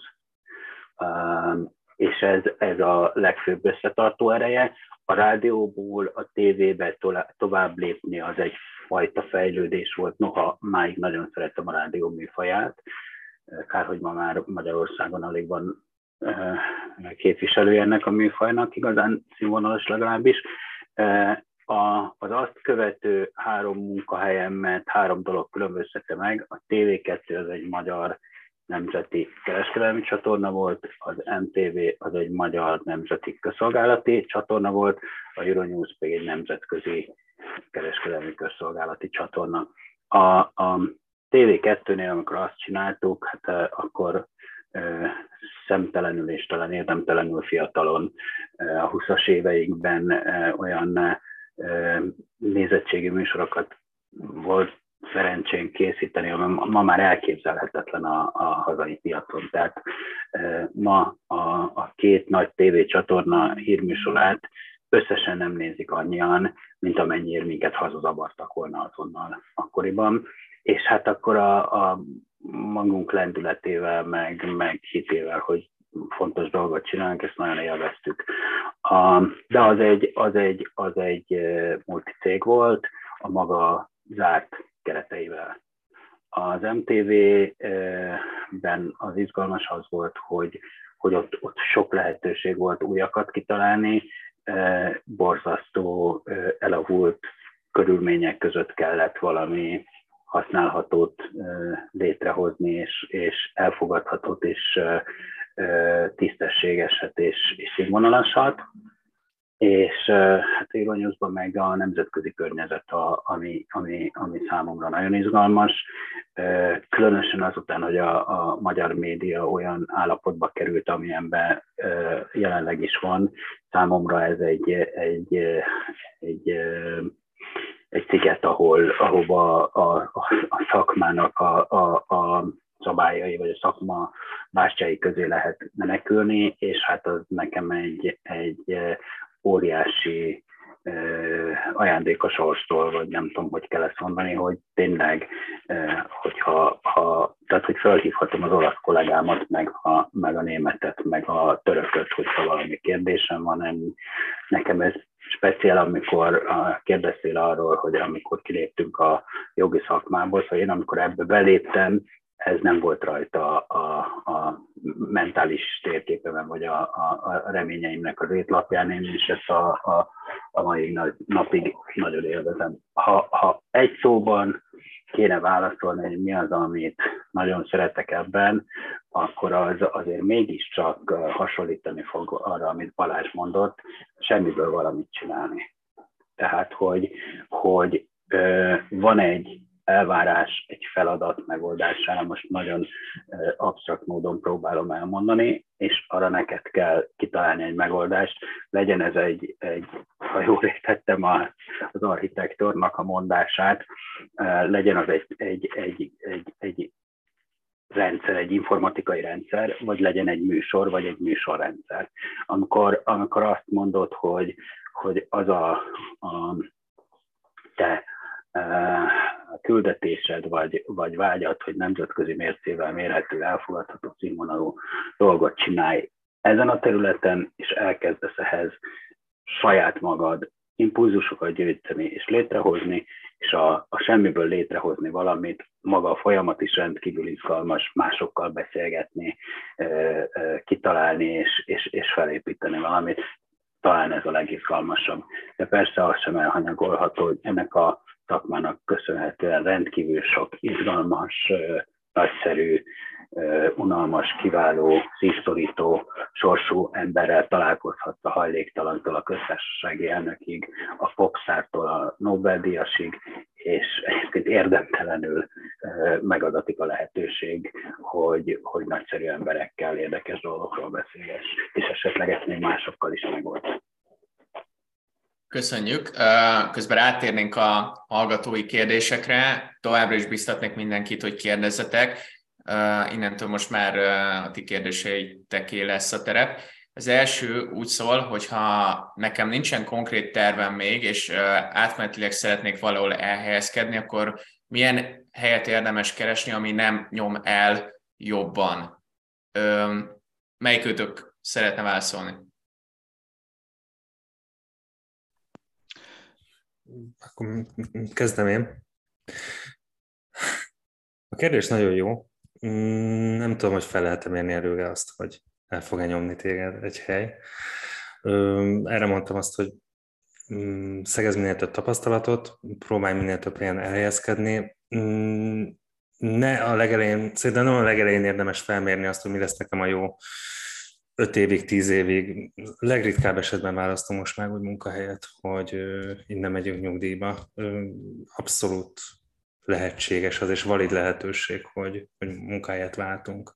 És ez a legfőbb összetartó ereje. A rádióból a tévébe tovább lépni az egyfajta fejlődés volt, noha máig nagyon szeretem a rádió műfaját. Kár, hogy ma már Magyarországon alig van képviselője ennek a műfajnak, igazán színvonalas legalábbis. Az azt követő 3 munkahelyemet 3 dolog különböztette meg. A TV2 az egy magyar nemzeti kereskedelmi csatorna volt, az MTV az egy magyar nemzeti közszolgálati csatorna volt, a Euronews pedig egy nemzetközi kereskedelmi közszolgálati csatorna. A TV2-nél, amikor azt csináltuk, hát akkor szemtelenül és talán érdemtelenül fiatalon a 20-as éveinkben olyan nézettségi műsorokat volt szerencsén készíteni, ami ma már elképzelhetetlen a hazai piacon. Tehát ma a 2 nagy tévécsatorna hírműsorát összesen nem nézik annyian, mint amennyiért minket hazazavartak volna azonnal akkoriban. És hát akkor a magunk lendületével, meg hitével, hogy fontos dolgot csinálunk, ezt nagyon élveztük. De az egy multicég volt, a maga zárt kereteivel. Az MTV-ben az izgalmas az volt, hogy ott sok lehetőség volt újakat kitalálni, borzasztó elavult körülmények között kellett valami használhatót létrehozni, és elfogadhatót, és tisztességeset és színvonalasat. És hát a Euronewsban meg a nemzetközi környezet, ami számomra nagyon izgalmas. Különösen azután, hogy a magyar média olyan állapotba került, amilyenben jelenleg is van, számomra ez egy sziget, ahova a szakmának a szabályai, vagy a szakma bástyái közé lehet menekülni, és hát az nekem egy óriási ajándék a sorstól, vagy nem tudom, hogy kell ezt mondani, hogy tényleg, tehát hogy felhívhatom az olasz kollégámat, meg a németet, meg a törököt, hogyha valami kérdésem van. Nekem ez speciál, amikor kérdeztél arról, hogy amikor kiléptünk a jogi szakmából, szóval én amikor ebbe beléptem, ez nem volt rajta a mentális térképemen, vagy a reményeimnek az étlapján, én is ezt a mai napig nagyon élvezem. Ha egy szóban kéne válaszolni, hogy mi az, amit nagyon szeretek ebben, akkor az azért mégiscsak hasonlítani fog arra, amit Balázs mondott, semmiből valamit csinálni. Tehát, hogy van egy elvárás, egy feladat megoldására, most nagyon absztrakt módon próbálom elmondani, és arra neked kell kitalálni egy megoldást. Legyen ez ha jól értettem az az architektornak a mondását, legyen az egy rendszer, egy informatikai rendszer, vagy legyen egy műsor, vagy egy műsorrendszer. Amikor azt mondod, hogy az a te küldetésed, vagy vágyad, hogy nemzetközi mércével mérhető, elfogadható színvonalú dolgot csinálj ezen a területen, és elkezdesz ehhez saját magad impulzusokat gyűjteni és létrehozni, és a semmiből létrehozni valamit, maga a folyamat is rendkívül izgalmas, másokkal beszélgetni, kitalálni és felépíteni valamit. Talán ez a legizgalmasabb. De persze az sem elhanyagolható, hogy ennek a szakmának köszönhetően rendkívül sok izgalmas, nagyszerű, unalmas, kiváló, szívszorító sorsú emberrel találkozhatsz a hajléktalantól a köztársasági elnökig, a popstártól a Nobel-díjasig, és egyébként érdemtelenül megadatik a lehetőség, hogy nagyszerű emberekkel érdekes dolgokról beszélgess, és esetleg ezt még másokkal is megold. Köszönjük. Közben átérnénk a hallgatói kérdésekre. Továbbra is biztatnék mindenkit, hogy kérdezzetek. Innentől most már a ti kérdéseitekké lesz a terep. Az első úgy szól, hogy ha nekem nincsen konkrét tervem még, és átmenetileg szeretnék valahol elhelyezkedni, akkor milyen helyet érdemes keresni, ami nem nyom el jobban? Melyikőtök szeretne válaszolni? Akkor kezdem én. A kérdés nagyon jó. Nem tudom, hogy fel lehet mérni előre azt, hogy el fog-e nyomni téged egy hely. Erre mondtam azt, hogy szegezz minél több tapasztalatot, próbálj minél több helyen elhelyezkedni. Ne a legelején, szerintem nem a legelején érdemes felmérni azt, hogy mi lesz nekem a jó 5 évig, 10 évig. Legritkább esetben választom most már úgy munkahelyet, hogy innen megyünk nyugdíjba. Abszolút lehetséges az, és valid lehetőség, hogy munkahelyet váltunk.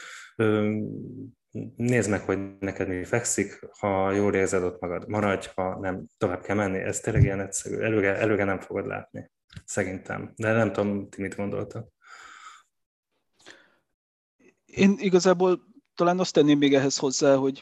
Nézd meg, hogy neked mi fekszik, ha jól érzed ott magad, maradj, ha nem, tovább kell menni. Ez tényleg ilyen egyszerű. Előre nem fogod látni, szerintem. De nem tudom, ti mit gondoltak. Én igazából talán azt tenném még ehhez hozzá, hogy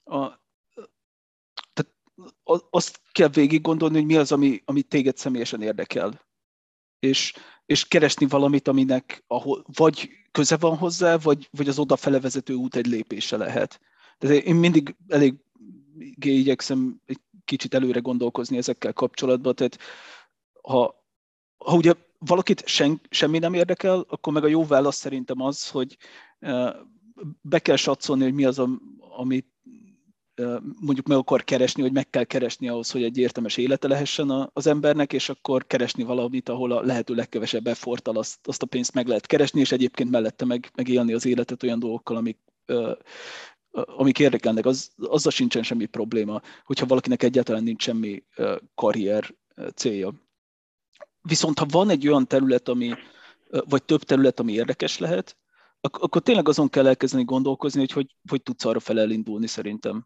tehát azt kell végig gondolni, hogy mi az, ami téged személyesen érdekel. És keresni valamit, aminek vagy köze van hozzá, vagy az odafele vezető út egy lépése lehet. Tehát én mindig eléggé igyekszem egy kicsit előre gondolkozni ezekkel kapcsolatban. Tehát ha ugye valakit semmi nem érdekel, akkor meg a jó válasz szerintem az, hogy be kell satszolni, hogy mi az, amit mondjuk meg akar keresni, vagy meg kell keresni ahhoz, hogy egy értelmes élete lehessen az embernek, és akkor keresni valamit, ahol a lehető legkevesebb efforttal azt a pénzt meg lehet keresni, és egyébként mellette megélni az életet olyan dolgokkal, amik érdekelnek. Azzal sincsen semmi probléma, hogyha valakinek egyáltalán nincs semmi karrier célja. Viszont ha van egy olyan terület, vagy több terület, ami érdekes lehet, akkor tényleg azon kell elkezdeni gondolkozni, hogy tudsz arra fel elindulni szerintem.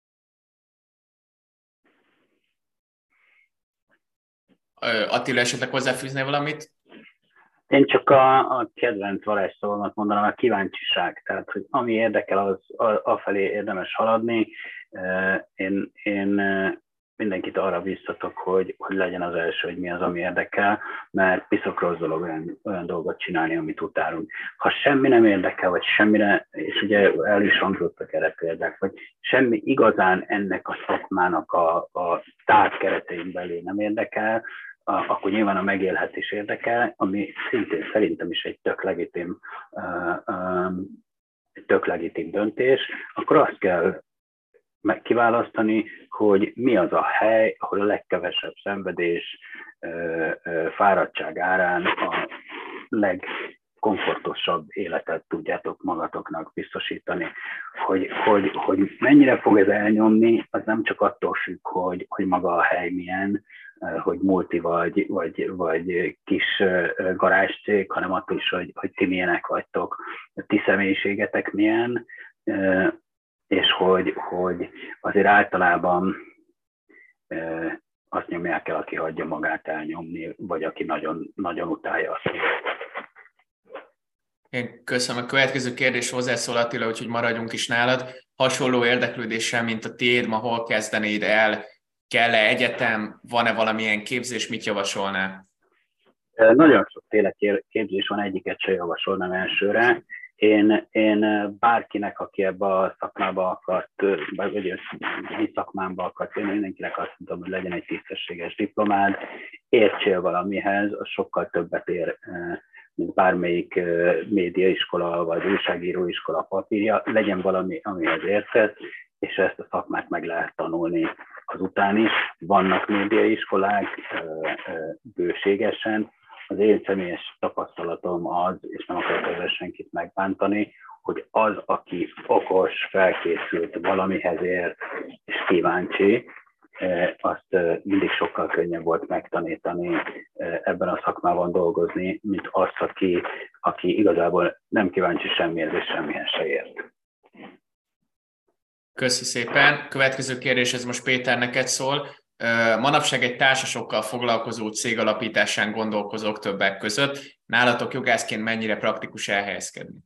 Attila, esetleg hozzáfűznél valamit? Én csak a kedvenc varázsszavamat mondanám, a kíváncsiság. Tehát, hogy ami érdekel, az afelé érdemes haladni. Én mindenkit arra biztatok, hogy legyen az első, hogy mi az, ami érdekel, mert piszok rossz dolog olyan dolgot csinálni, amit utálunk. Ha semmi nem érdekel, vagy semmire, és ugye el is hangzottak erre példák, vagy semmi igazán ennek a szakmának a távkeretein belül nem érdekel, akkor nyilván a megélhetés érdekel, ami szintén szerintem is egy tök legitim döntés, akkor azt kell kiválasztani, hogy mi az a hely, ahol a legkevesebb szenvedés, fáradtság árán a legkomfortosabb életet tudjátok magatoknak biztosítani. Hogy mennyire fog ez elnyomni, az nem csak attól függ, hogy maga a hely milyen, hogy multi vagy kis garázscég, hanem attól is, hogy ti milyenek vagytok, ti személyiségetek milyen, és hogy azért általában azt nyomják el, aki hagyja magát elnyomni, vagy aki nagyon, nagyon utálja azt. Én köszönöm. A következő kérdés hozzászól Attila, úgyhogy maradjunk is nálad. Hasonló érdeklődéssel, mint a tiéd, ma hol kezdenéd el? Kell-e egyetem? Van-e valamilyen képzés? Mit javasolnál? Nagyon sokféle képzés van, egyiket se javasolnám elsőre. Én bárkinek, aki ebbe a szakmába akart, vagy a szakmámba akart jönni, mindenkinek azt mondom, hogy legyen egy tisztességes diplomád, értsél valamihez, az sokkal többet ér, mint bármelyik médiaiskola vagy újságíróiskola papírja, legyen valami, amihez értesz, és ezt a szakmát meg lehet tanulni azután is. Vannak médiaiskolák bőségesen. Az én személyes tapasztalatom az, és nem akarok ezzel senkit megbántani, hogy az, aki okos, felkészült, valamihez ért és kíváncsi, azt mindig sokkal könnyebb volt megtanítani, ebben a szakmában dolgozni, mint azt, aki igazából nem kíváncsi semmihez és semmihez se ért. Köszi szépen. Következő kérdés, ez most Péter neked szól. Manapság egy társasokkal foglalkozó cég alapításán gondolkozok többek között. Nálatok jogászként mennyire praktikus elhelyezkedni?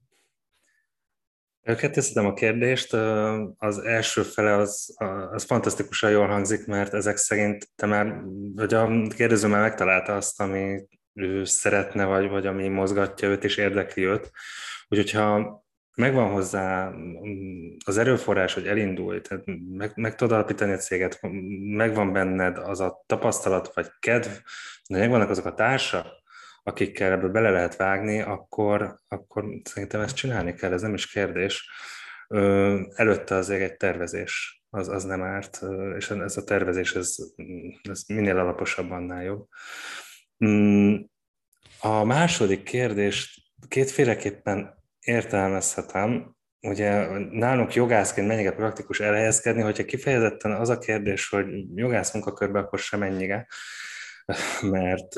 Kettészedem a kérdést. Az első fele az fantasztikusan jól hangzik, mert ezek szerint te már, vagy a kérdező már megtalálta azt, ami ő szeretne, vagy ami mozgatja őt és érdekli őt. Úgyhogy ha megvan hozzá az erőforrás, hogy elindulj, tehát meg tudod alapítani a céget, megvan benned az a tapasztalat vagy kedv, de megvannak azok a társak, akikkel ebből bele lehet vágni, akkor szerintem ezt csinálni kell, ez nem is kérdés. Előtte azért egy tervezés, az nem árt, és ez a tervezés, ez minél alaposabb, annál jobb. A második kérdést kétféleképpen értelmezhetem. Ugye nálunk jogászként mennyire praktikus elhelyezkedni, hogyha kifejezetten az a kérdés, hogy jogász munkakörbe, akkor sem mennyire, mert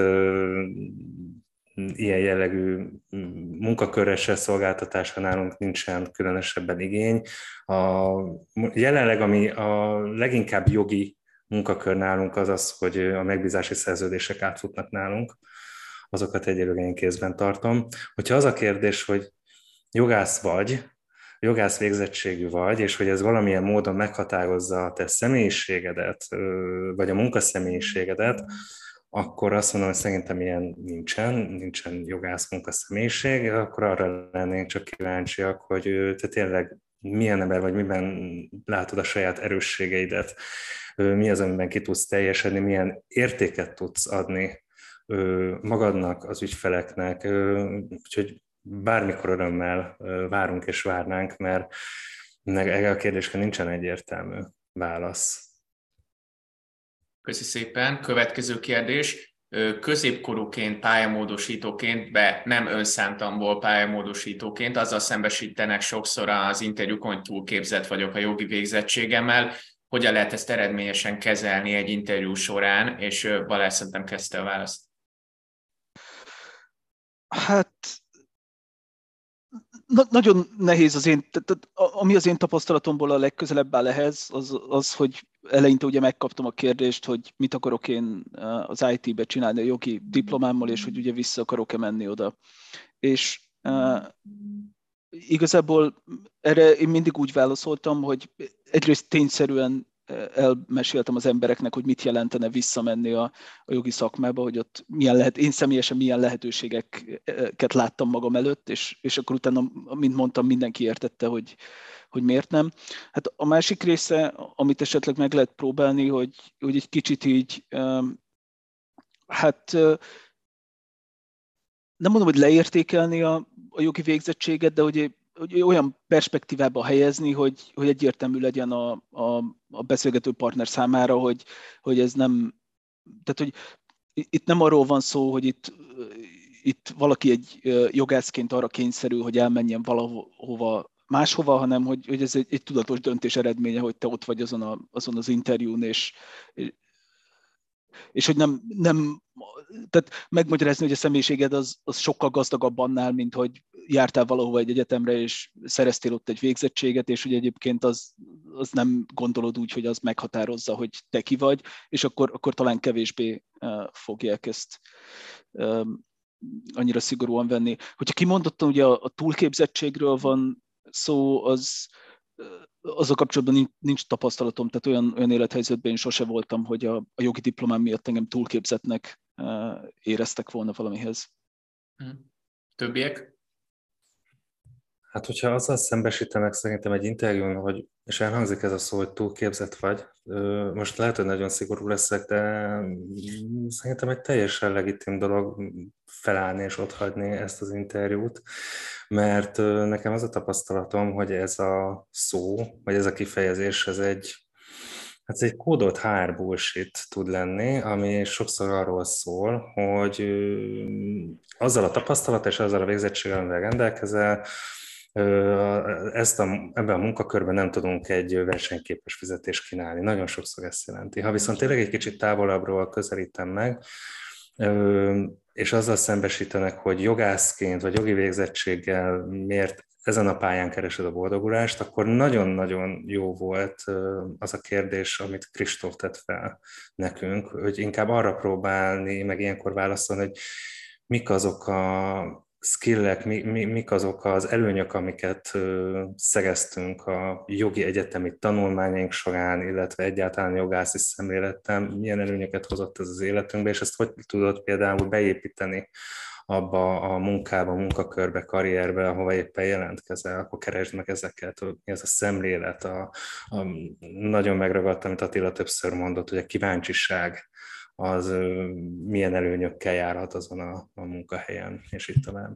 ilyen jellegű munkakörre se szolgáltatásra nálunk nincsen különösebben igény. Jelenleg, ami a leginkább jogi munkakör nálunk az az, hogy a megbízási szerződések átfutnak nálunk, azokat egyelőre én kézben tartom. Hogyha az a kérdés, hogy jogász vagy, jogász végzettségű vagy, és hogy ez valamilyen módon meghatározza a te személyiségedet, vagy a munkaszemélyiségedet, akkor azt mondom, hogy szerintem ilyen nincsen jogász munkaszemélyiség, akkor arra lennénk csak kíváncsiak, hogy te tényleg milyen ember vagy, miben látod a saját erősségeidet, mi az, amiben ki tudsz teljesedni, milyen értéket tudsz adni magadnak, az ügyfeleknek, úgyhogy bármikor örömmel várunk és várnánk, mert erre a kérdésre nincsen egyértelmű válasz. Köszi szépen. Következő kérdés. Középkorúként, pályamódosítóként, nem önszántamból pályamódosítóként, azzal szembesítenek sokszor az interjúkon, hogy túlképzett vagyok a jogi végzettségemmel. Hogyan lehet ezt eredményesen kezelni egy interjú során? És Balázs szerintem kezdte a választ. Hát nagyon nehéz ami az én tapasztalatomból a legközelebb áll ehhez, az, hogy eleinte ugye megkaptam a kérdést, hogy mit akarok én az IT-be csinálni a jogi diplomámmal, és hogy ugye vissza akarok-e menni oda. És igazából erre én mindig úgy válaszoltam, hogy egyrészt tényszerűen elmeséltem az embereknek, hogy mit jelentene visszamenni a jogi szakmába, hogy ott én személyesen milyen lehetőségeket láttam magam előtt, és akkor utána, mint mondtam, mindenki értette, hogy miért nem. Hát a másik része, amit esetleg meg lehet próbálni, hogy egy kicsit így, nem mondom, hogy leértékelni a jogi végzettséget, de hogy olyan perspektívába helyezni, hogy egyértelmű legyen a beszélgető partner számára, hogy ez nem, tehát hogy itt nem arról van szó, hogy itt valaki egy jogászként arra kényszerül, hogy elmenjen valahova máshova, hanem hogy ez egy tudatos döntés eredménye, hogy te ott vagy azon az interjún, és hogy nem tehát megmagyarázni, hogy a személyiséged az sokkal gazdagabb annál, mint hogy jártál valahova egy egyetemre, és szereztél ott egy végzettséget, és hogy egyébként az az nem gondolod úgy, hogy az meghatározza, hogy te ki vagy, és akkor talán kevésbé fogják ezt annyira szigorúan venni. Hogyha kimondottan ugye a túlképzettségről van szó, azzal kapcsolatban nincs tapasztalatom, tehát olyan élethelyzetben én sose voltam, hogy a jogi diplomám miatt engem túlképzettnek éreztek volna valamihez. Többiek? Hát, hogyha azzal szembesítenek szerintem egy interjún, és elhangzik ez a szó, hogy túlképzett vagy, most lehet, hogy nagyon szigorú leszek, de szerintem egy teljesen legitim dolog felállni és otthagyni ezt az interjút, mert nekem az a tapasztalatom, hogy ez a szó, vagy ez a kifejezés, ez egy kódolt HR bullshit tud lenni, ami sokszor arról szól, hogy azzal a tapasztalat és azzal a végzettséggel, amivel rendelkezel, ebben a munkakörben nem tudunk egy versenyképes fizetést kínálni. Nagyon sokszor ezt jelenti. Ha viszont tényleg egy kicsit távolabbról közelítem meg, és azzal szembesítenek, hogy jogászként vagy jogi végzettséggel miért ezen a pályán keresed a boldogulást, akkor nagyon-nagyon jó volt az a kérdés, amit Kristóf tett fel nekünk, hogy inkább arra próbálni, meg ilyenkor válaszolni, hogy mik azok a skillek, mik azok az előnyök, amiket szegeztünk a jogi egyetemi tanulmányaink során, illetve egyáltalán jogászi szemlélettel, milyen előnyöket hozott ez az életünkbe, és ezt hogy tudod például beépíteni abba a munkába, munkakörbe, karrierbe, ahova éppen jelentkezel, akkor keresd meg ezeket, mi ez a szemlélet, nagyon megragadt, amit Attila többször mondott, hogy a kíváncsiság, az milyen előnyökkel járhat azon a munkahelyen, és így tovább.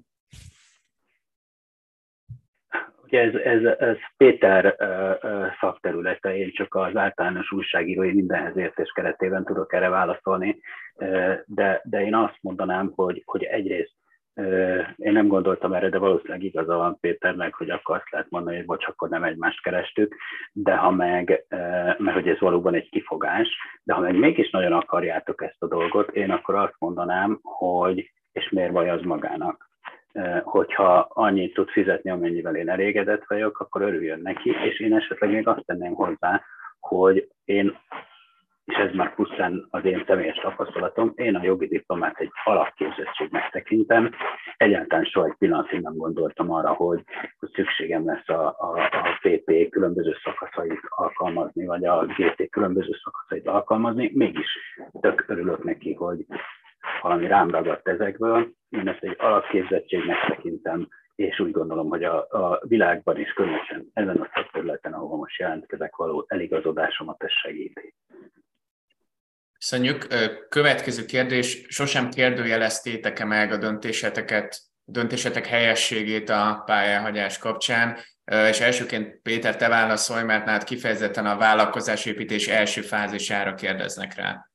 Ugye ez Péter szakterülete, én csak az általános újságírói mindenhez értés keretében tudok erre válaszolni, de én azt mondanám, hogy egyrészt én nem gondoltam erre, de valószínűleg igaza van Péternek, hogy akkor azt lehet mondani, hogy bocs, akkor nem egymást kerestük, de ha mert hogy ez valóban egy kifogás, de ha meg mégis nagyon akarjátok ezt a dolgot, én akkor azt mondanám, hogy és miért baj az magának. Hogyha annyit tud fizetni, amennyivel én elégedett vagyok, akkor örüljön neki, és én esetleg még azt tenném hozzá, hogy én, és ez már pusztán az én személyes tapasztalatom, én a jogi diplomát egy alapképzettségnek tekintem. Egyáltalán soha egy pillanatig nem gondoltam arra, hogy szükségem lesz a PP különböző szakaszait alkalmazni, vagy a GT különböző szakaszait alkalmazni. Mégis tök örülök neki, hogy valami rám ragadt ezekből. Én ezt egy alapképzettségnek tekintem, és úgy gondolom, hogy a világban is, különösen ezen a szakterületen, ahol most jelentkezek, való eligazodásomat ez segíti. Köszönjük. Következő kérdés. Sosem kérdőjeleztétek-e meg a döntésetek helyességét a pályáhagyás kapcsán? És elsőként Péter, te válaszolj, mert nálad kifejezetten a vállalkozásépítés első fázisára kérdeznek rá.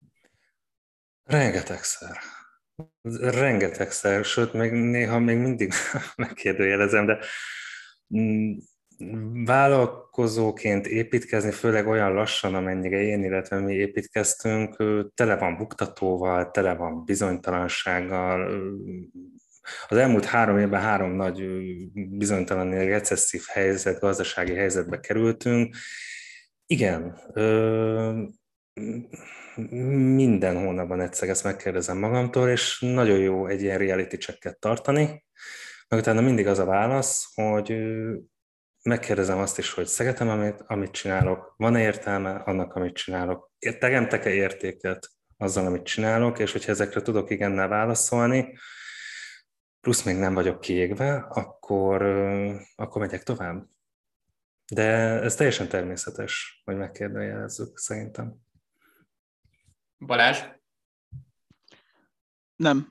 Rengetegszer, sőt, még néha még mindig megkérdőjelezem, de vállalkozóként építkezni, főleg olyan lassan, amennyire én, illetve mi építkeztünk, tele van buktatóval, tele van bizonytalansággal. Az elmúlt 3 évben 3 nagy bizonytalan, recesszív helyzet, gazdasági helyzetbe kerültünk. Igen, minden hónapban egyszer ezt megkérdezem magamtól, és nagyon jó egy ilyen reality checket tartani, meg utána mindig az a válasz, hogy megkérdezem azt is, hogy szeretem, amit csinálok, van-e értelme annak, amit csinálok, teremtek-e értéket azzal, amit csinálok, és hogyha ezekre tudok igennel válaszolni, plusz még nem vagyok kiégve, akkor megyek tovább. De ez teljesen természetes, hogy megkérdőjelezzük, szerintem. Balázs? Nem.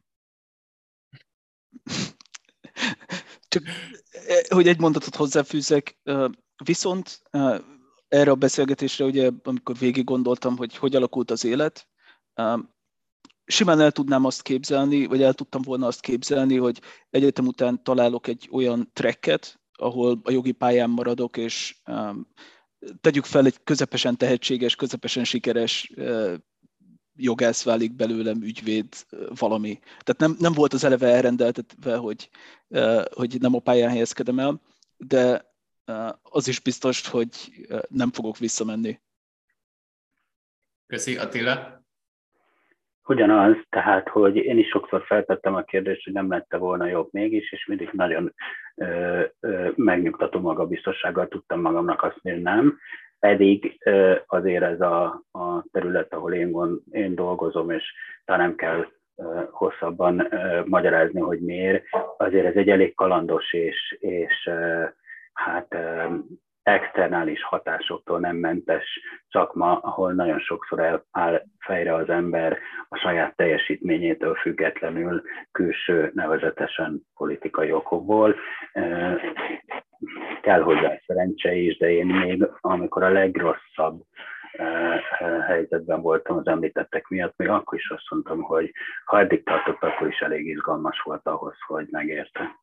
Csak, hogy egy mondatot hozzáfűzzek, viszont erre a beszélgetésre, ugye, amikor végig gondoltam, hogy alakult az élet, simán el tudnám azt képzelni, vagy el tudtam volna azt képzelni, hogy egyetem után találok egy olyan tracket, ahol a jogi pályán maradok, és tegyük fel, egy közepesen tehetséges, közepesen sikeres jogász válik belőlem, ügyvéd, valami. Tehát nem volt az eleve elrendeltetve, hogy nem a pályán helyezkedem el, de az is biztos, hogy nem fogok visszamenni. Köszi, Attila. Ugyanaz, tehát, hogy én is sokszor feltettem a kérdést, hogy nem lett volna jobb mégis, és mindig nagyon megnyugtató magabiztossággal tudtam magamnak azt mondani, hogy nem. Pedig azért ez a terület, ahol én dolgozom, és talán nem kell hosszabban magyarázni, hogy miért, azért ez egy elég kalandos és hát externális hatásoktól nem mentes szakma, ahol nagyon sokszor áll fejre az ember a saját teljesítményétől függetlenül, külső, nevezetesen politikai okokból. Kell hozzá szerencse is, de én még, amikor a legrosszabb helyzetben voltam az említettek miatt, még akkor is azt mondtam, hogy ha eddig tartott, akkor is elég izgalmas volt ahhoz, hogy megérte.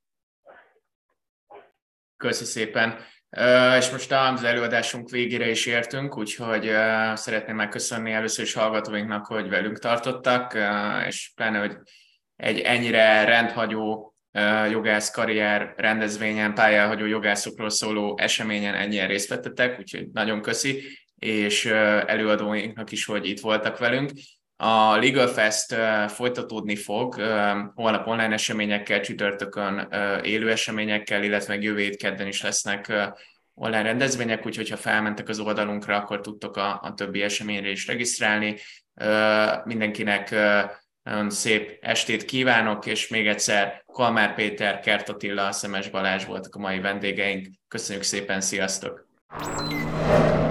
Köszi szépen. És most az előadásunk végére is értünk, úgyhogy szeretném megköszönni először is hallgatóinknak, hogy velünk tartottak, és pláne, hogy egy ennyire rendhagyó jogász karrier rendezvényen, pályáhagyó jogászokról szóló eseményen ennyien részt vettetek, úgyhogy nagyon köszi, és előadóinknak is, hogy itt voltak velünk. A Legal Fest folytatódni fog, holnap online eseményekkel, csütörtökön élő eseményekkel, illetve jövő hét kedden is lesznek online rendezvények, úgyhogy ha felmentek az oldalunkra, akkor tudtok a többi eseményre is regisztrálni. Mindenkinek nagyon szép estét kívánok, és még egyszer Kalmár Péter, Kert Attila, Szemes Balázs voltak a mai vendégeink. Köszönjük szépen, sziasztok!